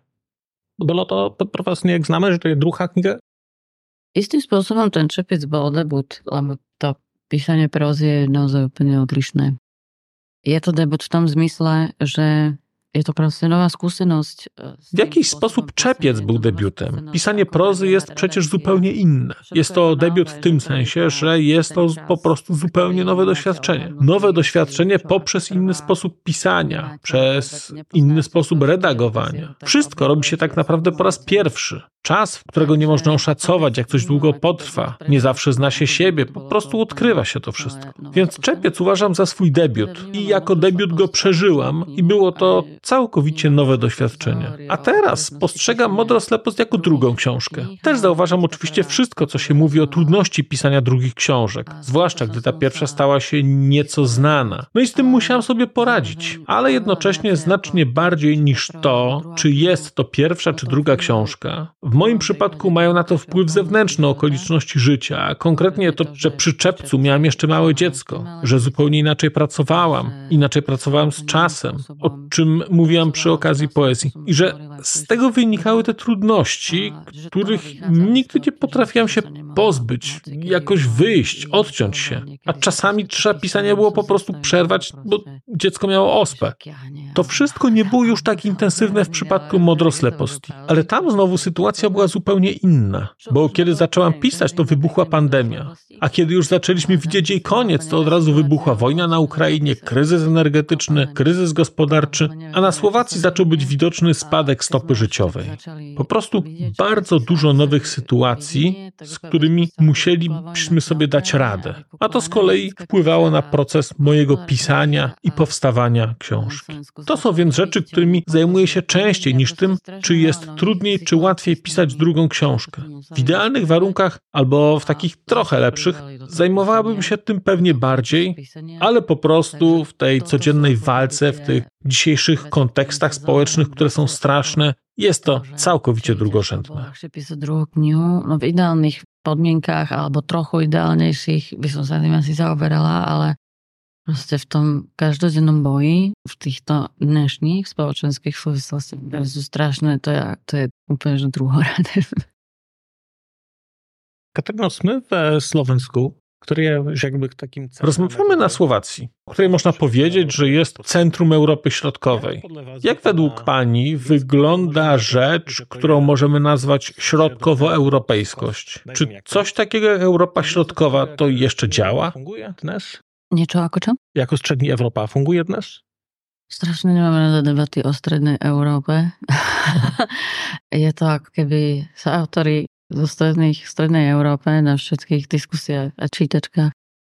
Było to pro was nie jak znamy, że to jest druga kniha? Istým spôsobom ten Čepiec bol debut, lebo to písanie prózy je naozaj úplne odlišné. Je to debut w tom zmysle, że jest to proste nowa skúsenosť. W jakiś sposób Czepiec był debiutem. Pisanie prozy jest przecież zupełnie inne. Jest to debiut w tym sensie, że jest to po prostu zupełnie nowe doświadczenie. Nowe doświadczenie poprzez inny sposób pisania, przez inny sposób redagowania. Wszystko robi się tak naprawdę po raz pierwszy. Czas, w którego nie można oszacować, jak coś długo potrwa. Nie zawsze zna się siebie, po prostu odkrywa się to wszystko. Więc Czepiec uważam za swój debiut i jako debiut go przeżyłam i było to całkowicie nowe doświadczenie. A teraz postrzegam Modroslepost jako drugą książkę. Też zauważam oczywiście wszystko, co się mówi o trudności pisania drugich książek, zwłaszcza gdy ta pierwsza stała się nieco znana. No i z tym musiałam sobie poradzić, ale jednocześnie znacznie bardziej niż to, czy jest to pierwsza czy druga książka. W moim przypadku mają na to wpływ zewnętrzne okoliczności życia, a konkretnie to, że przy Czepcu miałam jeszcze małe dziecko, że zupełnie inaczej pracowałam, inaczej pracowałam z czasem, o czym mówiłam przy okazji poezji. I że z tego wynikały te trudności, których nigdy nie potrafiłam się pozbyć, jakoś wyjść, odciąć się. A czasami trzeba pisanie było po prostu przerwać, bo dziecko miało ospę. To wszystko nie było już tak intensywne w przypadku Modrosleposti, ale tam znowu sytuacja była zupełnie inna, bo kiedy zaczęłam pisać, to wybuchła pandemia, a kiedy już zaczęliśmy widzieć jej koniec, to od razu wybuchła wojna na Ukrainie, kryzys energetyczny, kryzys gospodarczy, a na Słowacji zaczął być widoczny spadek stopy życiowej. Po prostu bardzo dużo nowych sytuacji, z którymi musielibyśmy sobie dać radę. a to z kolei wpływało na proces mojego pisania i powstawania książki. To są więc rzeczy, którymi zajmuję się częściej niż tym, czy jest trudniej, czy łatwiej pisać drugą książkę. W idealnych warunkach, albo w takich trochę lepszych, zajmowałabym się tym pewnie bardziej, ale po prostu w tej codziennej walce, w tych dzisiejszych kontekstach społecznych, które są straszne, jest to całkowicie drugorzędne. Ľahšie písať druhú knihu, no v ideálnych podmienkách alebo trochu ideálnejších by som sa tým asi zaoberala, ale proste v tom každodennom boji, v týchto dnešných spoločenských súvislostiach, ktoré sú strašné, to je, to je úplne že druhoradé. Kataryno, my w Słowensku, które jakby takim... Rozmawiamy na Słowacji, o której można powiedzieć, że jest centrum Europy Środkowej. Jak według pani wygląda rzecz, którą możemy nazwać środkowoeuropejskość? Czy coś takiego jak Europa Środkowa to jeszcze działa? Funguje dnes? Niečo ako čo? Jako střední Evropa funguje dnes? Strašne nemáme rada debaty o strednej Európe. Je to ako keby sa autori zo stredných, strednej Európe na všetkých diskusiách a čítačkách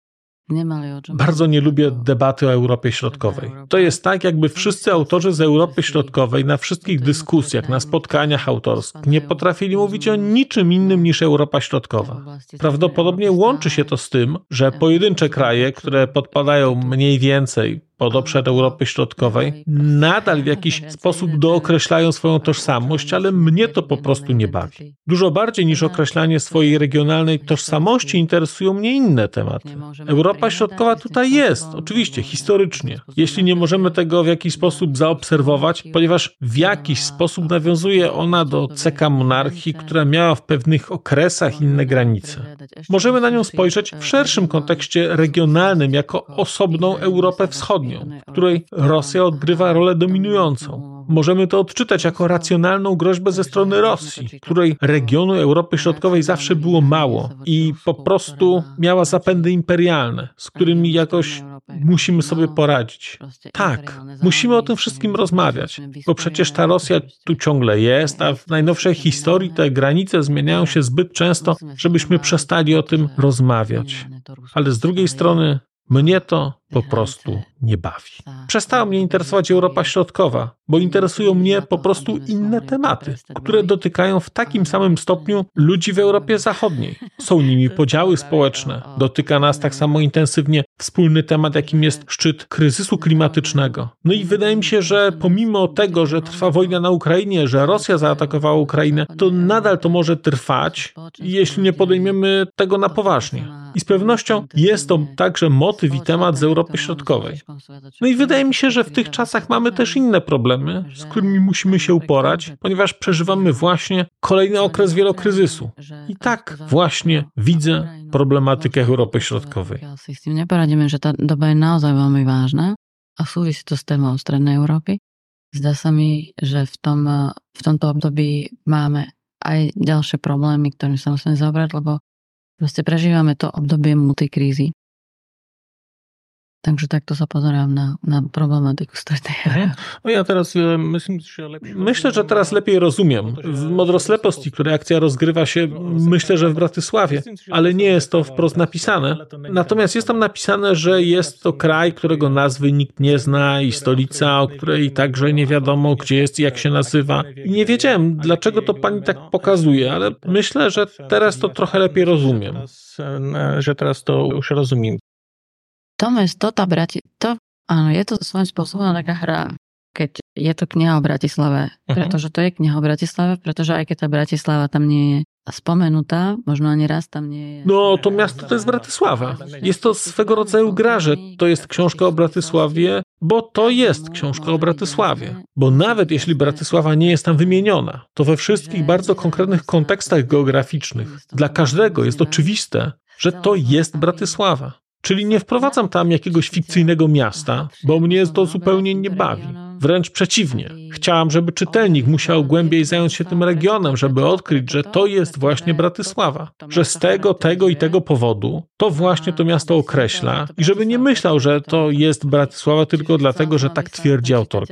nemali o czym. Bardzo nie lubię debaty o Europie Środkowej. To jest tak, jakby wszyscy autorzy z Europy Środkowej na wszystkich dyskusjach, na spotkaniach autorskich nie potrafili mówić o niczym innym niż Europa Środkowa. Prawdopodobnie łączy się to z tym, że pojedyncze kraje, które podpadają mniej więcej pod obszar Europy Środkowej, nadal w jakiś sposób dookreślają swoją tożsamość, ale mnie to po prostu nie bawi. Dużo bardziej niż określanie swojej regionalnej tożsamości interesują mnie inne tematy. Europa Środkowa tutaj jest, oczywiście, historycznie. Jeśli nie możemy tego w jakiś sposób zaobserwować, ponieważ w jakiś sposób nawiązuje ona do ceka monarchii, która miała w pewnych okresach inne granice. Możemy na nią spojrzeć w szerszym kontekście regionalnym, jako osobną Europę Wschodnią, w której Rosja odgrywa rolę dominującą. Możemy to odczytać jako racjonalną groźbę ze strony Rosji, której regionu Europy Środkowej zawsze było mało i po prostu miała zapędy imperialne, z którymi jakoś musimy sobie poradzić. Tak, musimy o tym wszystkim rozmawiać, bo przecież ta Rosja tu ciągle jest, a w najnowszej historii te granice zmieniają się zbyt często, żebyśmy przestali o tym rozmawiać. Ale z drugiej strony mnie to po prostu nie bawi. Przestała mnie interesować Europa Środkowa, bo interesują mnie po prostu inne tematy, które dotykają w takim samym stopniu ludzi w Europie Zachodniej. Są nimi podziały społeczne. Dotyka nas tak samo intensywnie wspólny temat, jakim jest szczyt kryzysu klimatycznego. No i wydaje mi się, że pomimo tego, że trwa wojna na Ukrainie, że Rosja zaatakowała Ukrainę, to nadal to może trwać, jeśli nie podejmiemy tego na poważnie. I z pewnością jest to także motyw i temat z Europy Środkowej. No i wydaje mi się, że w tych czasach mamy też inne problemy, z którymi musimy się uporać, ponieważ przeżywamy właśnie kolejny okres wielokryzysu. I tak właśnie widzę problematykę Europy Środkowej. Ja si s tým neporadíme, že tá doba je naozaj veľmi vážna a súvisí to s témou Strednej Európy. Zdá sa mi, že v, tom, v tomto období máme aj ďalšie problémy, ktorými sa musíme zaobrať, lebo proste prežívame to obdobie multikrízy. Takže takto sa pozerám na, na problematiku strednej Európy. No ja teraz myślę, że lepiej... Myślę, że teraz lepiej rozumiem. W Modrosleposti, której akcja rozgrywa się, myślę, że w Bratysławie, ale nie jest to wprost napisane. Natomiast jest tam napisane, że jest to kraj, którego nazwy nikt nie zna i stolica, o której także nie wiadomo, gdzie jest i jak się nazywa. I nie wiedziałem, dlaczego to pani tak pokazuje, ale myślę, że teraz to trochę lepiej rozumiem. Że teraz to już rozumiem. To mesto, tá Brati... To, áno, je to svojím spôsobom taká hra, keď je to kniha o Bratislave. Uh-huh. Pretože to je kniha o Bratislave, pretože aj keď tá Bratislava tam nie je spomenutá, možno ani raz tam nie je... No, to miasto to jest Bratysława. Jest to swego rodzaju gra, że to jest książka o Bratysławie, bo to jest książka o Bratysławie. Bo nawet jeśli Bratysława nie jest tam wymieniona, to we wszystkich bardzo konkretnych kontekstach geograficznych dla każdego jest oczywiste, że to jest Bratysława. Czyli nie wprowadzam tam jakiegoś fikcyjnego miasta, bo mnie to zupełnie nie bawi. Wręcz przeciwnie. Chciałam, żeby czytelnik musiał głębiej zająć się tym regionem, żeby odkryć, że to jest właśnie Bratysława. Że z tego, tego i tego powodu to właśnie to miasto określa i żeby nie myślał, że to jest Bratysława tylko dlatego, że tak twierdzi autorka.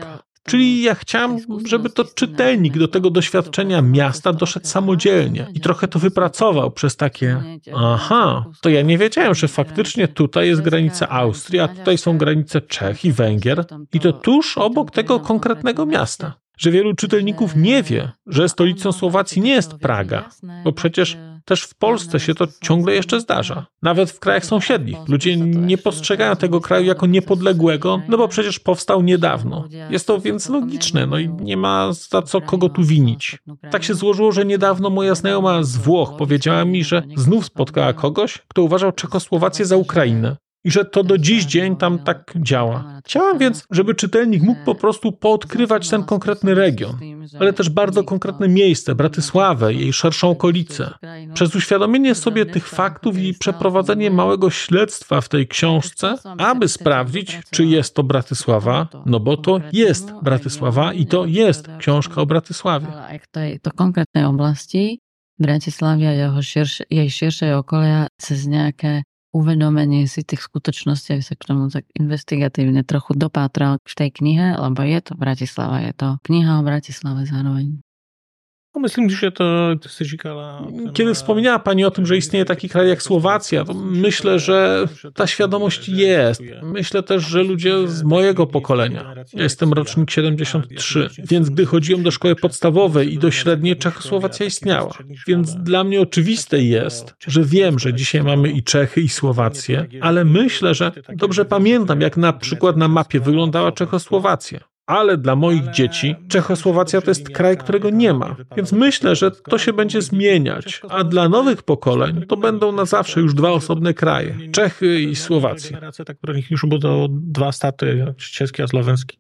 Czyli ja chciałem, żeby to czytelnik do tego doświadczenia miasta doszedł samodzielnie i trochę to wypracował przez takie aha, to ja nie wiedziałem, że faktycznie tutaj jest granica Austrii, a tutaj są granice Czech i Węgier i to tuż obok tego konkretnego miasta. Że wielu czytelników nie wie, że stolicą Słowacji nie jest Praga, bo przecież też w Polsce się to ciągle jeszcze zdarza. Nawet w krajach sąsiednich. Ludzie nie postrzegają tego kraju jako niepodległego, no bo przecież powstał niedawno. Jest to więc logiczne, no i nie ma za co kogo tu winić. Tak się złożyło, że niedawno moja znajoma z Włoch powiedziała mi, że znów spotkała kogoś, kto uważał Czechosłowację za Ukrainę. I że to do dziś dzień tam tak działa. Chciałam więc, żeby czytelnik mógł po prostu poodkrywać ten konkretny region, ale też bardzo konkretne miejsce, Bratysławę i jej szerszą okolicę. Przez uświadomienie sobie tych faktów i przeprowadzenie małego śledztwa w tej książce, aby sprawdzić, czy jest to Bratysława, no bo to jest Bratysława i to jest książka o Bratysławie. Ale w tej to konkrétnej oblasti Bratislavy a jeho širš, jej širšej okolia cez nejaké uvedomenie si tých skutočností, aby sa k tomu tak investigatívne trochu dopátral v tej knihe, lebo je to Bratislava, je to kniha o Bratislave zároveň. Myslím, że to říkala... Kiedy wspomniała Pani o tym, że istnieje taki kraj jak Słowacja, to myślę, że ta świadomość jest. Myślę też, że ludzie z mojego pokolenia, ja jestem rocznik siedemdziesiąt trzy, więc gdy chodziłem do szkoły podstawowej i do średniej, Czechosłowacja istniała. Więc dla mnie oczywiste jest, że wiem, że dzisiaj mamy i Czechy, i Słowację, ale myślę, że dobrze pamiętam, jak na przykład na mapie wyglądała Czechosłowacja. Ale dla moich dzieci Czechosłowacja to jest kraj, którego nie ma. Więc myślę, że to się będzie zmieniać. A dla nowych pokoleń to będą na zawsze już dwa osobne kraje. Czechy i Słowacja. Tak, które już będą dwa staty, czeski a słowenski.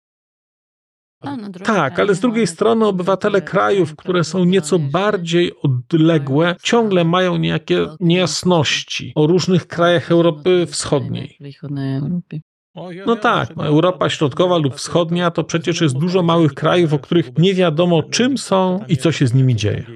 Tak, ale z drugiej strony obywatele krajów, które są nieco bardziej odległe, ciągle mają niejakie niejasności o różnych krajach Europy Wschodniej. No tak, no Europa Środkowa lub Wschodnia to przecież jest dużo małych krajów, o których nie wiadomo czym są i co się z nimi dzieje.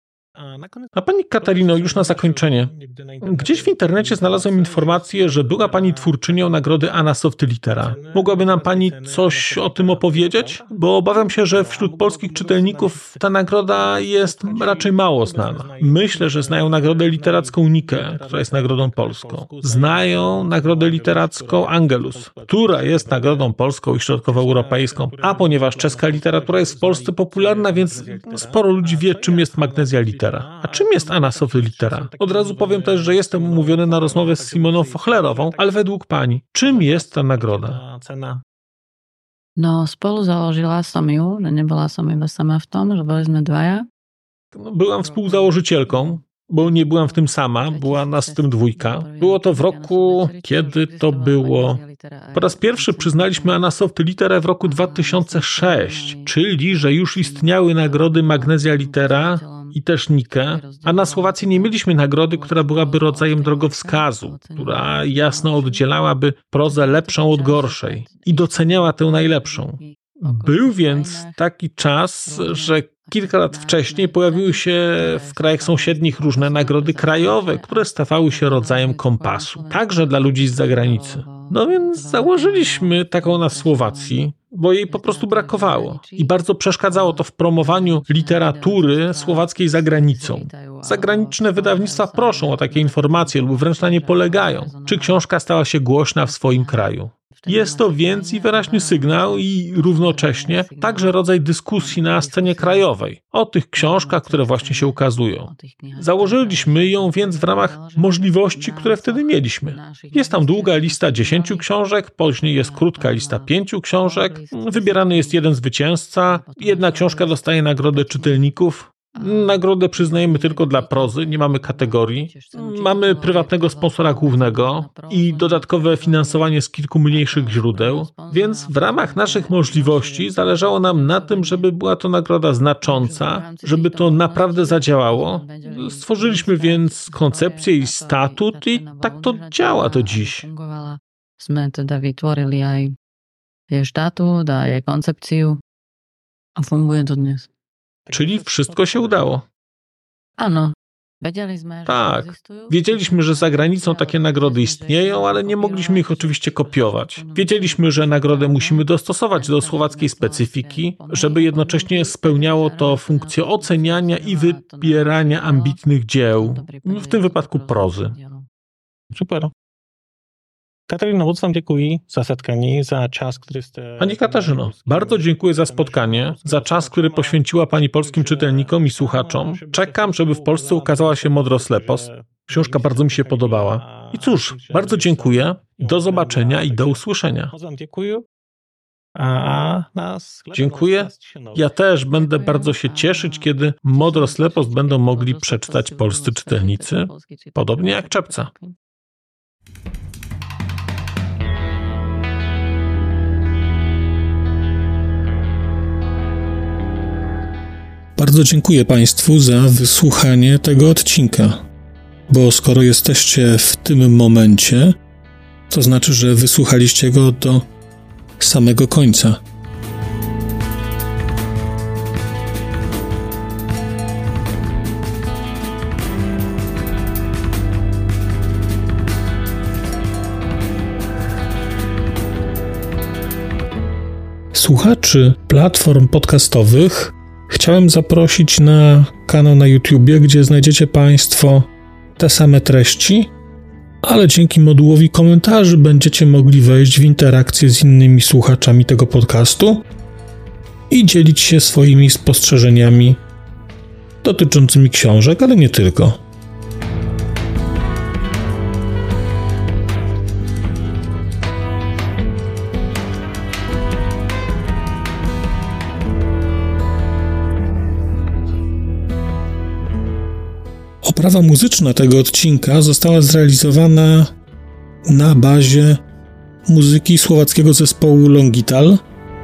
A Pani Katarino, już na zakończenie. Gdzieś w internecie znalazłem informację, że była Pani twórczynią nagrody Anna Softlytera. Mogłaby nam Pani coś o tym opowiedzieć? Bo obawiam się, że wśród polskich czytelników ta nagroda jest raczej mało znana. Myślę, że znają nagrodę literacką Nike, która jest nagrodą polską. Znają nagrodę literacką Angelus, która jest nagrodą polską i środkowoeuropejską. A ponieważ czeska literatura jest w Polsce popularna, więc sporo ludzi wie, czym jest Magnezja Litera. A czym jest Anna Softlytera? Od razu powiem też, że jestem umówiony na rozmowę z Simoną Fochlerową, ale według Pani, czym jest ta nagroda? No, spolu załožila som ju, no nebola som iba sama v tom, že boli sme dvaja. Byłam współzałożycielką, bo nie byłam w tym sama, była nas w tym dwójka. Było to w roku, kiedy to było... Po raz pierwszy przyznaliśmy Anna Softlyterę w roku dwa tysiące szóstym, czyli że już istniały nagrody Magnezja Litera i też Nike, a na Słowacji nie mieliśmy nagrody, która byłaby rodzajem drogowskazu, która jasno oddzielałaby prozę lepszą od gorszej i doceniała tę najlepszą. Był więc taki czas, że kilka lat wcześniej pojawiły się w krajach sąsiednich różne nagrody krajowe, które stawały się rodzajem kompasu, także dla ludzi z zagranicy. No więc założyliśmy taką na Słowacji, bo jej po prostu brakowało i bardzo przeszkadzało to w promowaniu literatury słowackiej za granicą. Zagraniczne wydawnictwa proszą o takie informacje lub wręcz na nie polegają, czy książka stała się głośna w swoim kraju. Jest to więc i wyraźny sygnał i równocześnie także rodzaj dyskusji na scenie krajowej o tych książkach, które właśnie się ukazują. Założyliśmy ją więc w ramach możliwości, które wtedy mieliśmy. Jest tam długa lista dziesięciu książek, później jest krótka lista pięciu książek, wybierany jest jeden zwycięzca, jedna książka dostaje nagrodę czytelników. Nagrodę przyznajemy tylko dla prozy, nie mamy kategorii. Mamy prywatnego sponsora głównego i dodatkowe finansowanie z kilku mniejszych źródeł, więc w ramach naszych możliwości zależało nam na tym, żeby była to nagroda znacząca, żeby to naprawdę zadziałało. Stworzyliśmy więc koncepcję i statut i tak to działa do dziś. Sme teda vytvorili aj jej štatút a jej koncepciu a funguje to dnes. Czyli wszystko się udało. Áno, Tak, wiedzieliśmy, że za granicą takie nagrody istnieją, ale nie mogliśmy ich oczywiście kopiować. Wiedzieliśmy, że nagrodę musimy dostosować do słowackiej specyfiki, żeby jednocześnie spełniało to funkcję oceniania i wybierania ambitnych dzieł, w tym wypadku prozy. Super. Katarzyno, moc Wam dziękuję za spotkanie, za czas, który ste... Pani Katarzyno, bardzo dziękuję za spotkanie, za czas, który poświęciła Pani polskim czytelnikom i słuchaczom. Czekam, żeby w Polsce ukazała się Modroslepos. Książka bardzo mi się podobała. I cóż, bardzo dziękuję. Do zobaczenia i do usłyszenia. Dziękuję. Ja też będę bardzo się cieszyć, kiedy Modroslepos będą mogli przeczytać polscy czytelnicy, podobnie jak Czepca. Bardzo dziękuję Państwu za wysłuchanie tego odcinka, bo skoro jesteście w tym momencie, to znaczy, że wysłuchaliście go do samego końca. Słuchaczy platform podcastowych chciałem zaprosić na kanał na YouTubie, gdzie znajdziecie Państwo te same treści, ale dzięki modułowi komentarzy będziecie mogli wejść w interakcję z innymi słuchaczami tego podcastu i dzielić się swoimi spostrzeżeniami dotyczącymi książek, ale nie tylko. Oprawa muzyczna tego odcinka została zrealizowana na bazie muzyki słowackiego zespołu Longital.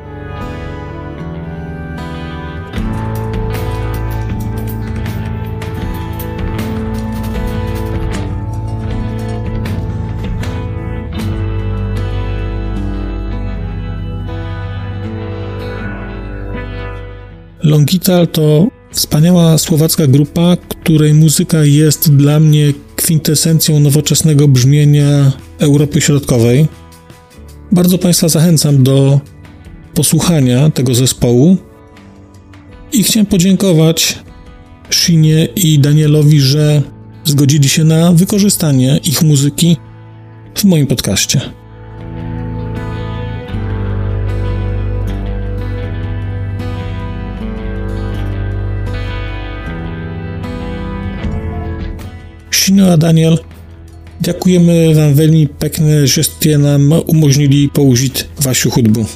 Longital to wspaniała słowacka grupa, której muzyka jest dla mnie kwintesencją nowoczesnego brzmienia Europy Środkowej. Bardzo Państwa zachęcam do posłuchania tego zespołu i chciałem podziękować Shinie i Danielowi, że zgodzili się na wykorzystanie ich muzyki w moim podcaście. Shino a Daniel, ďakujeme vám veľmi pekne, že ste nám umožnili použiť vašu hudbu.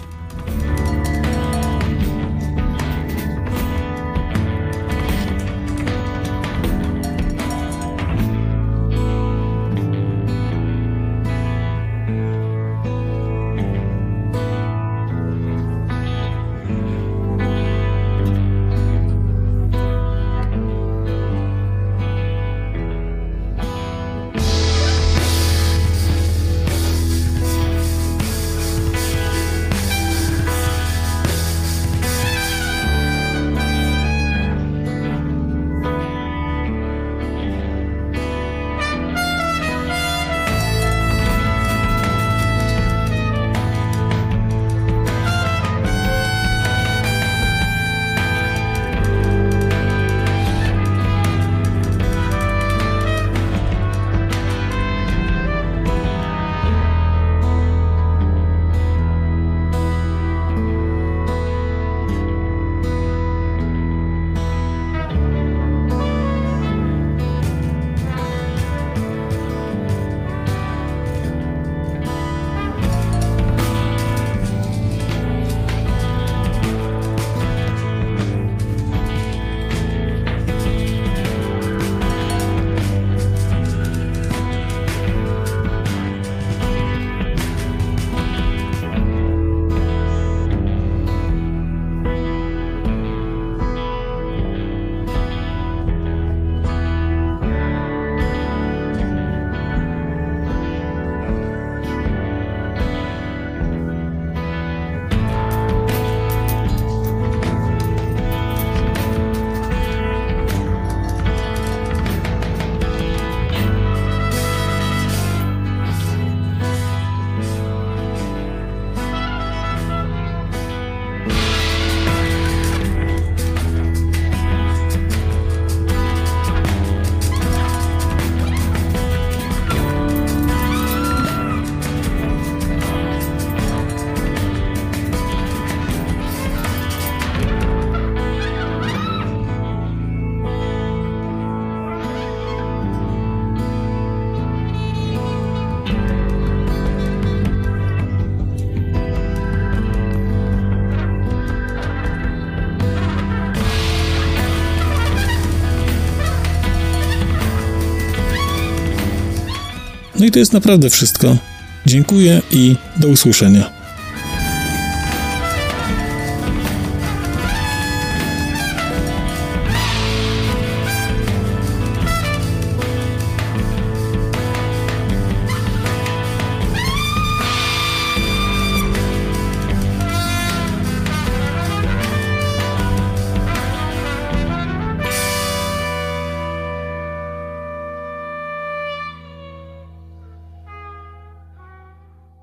No i to jest naprawdę wszystko. Dziękuję i do usłyszenia.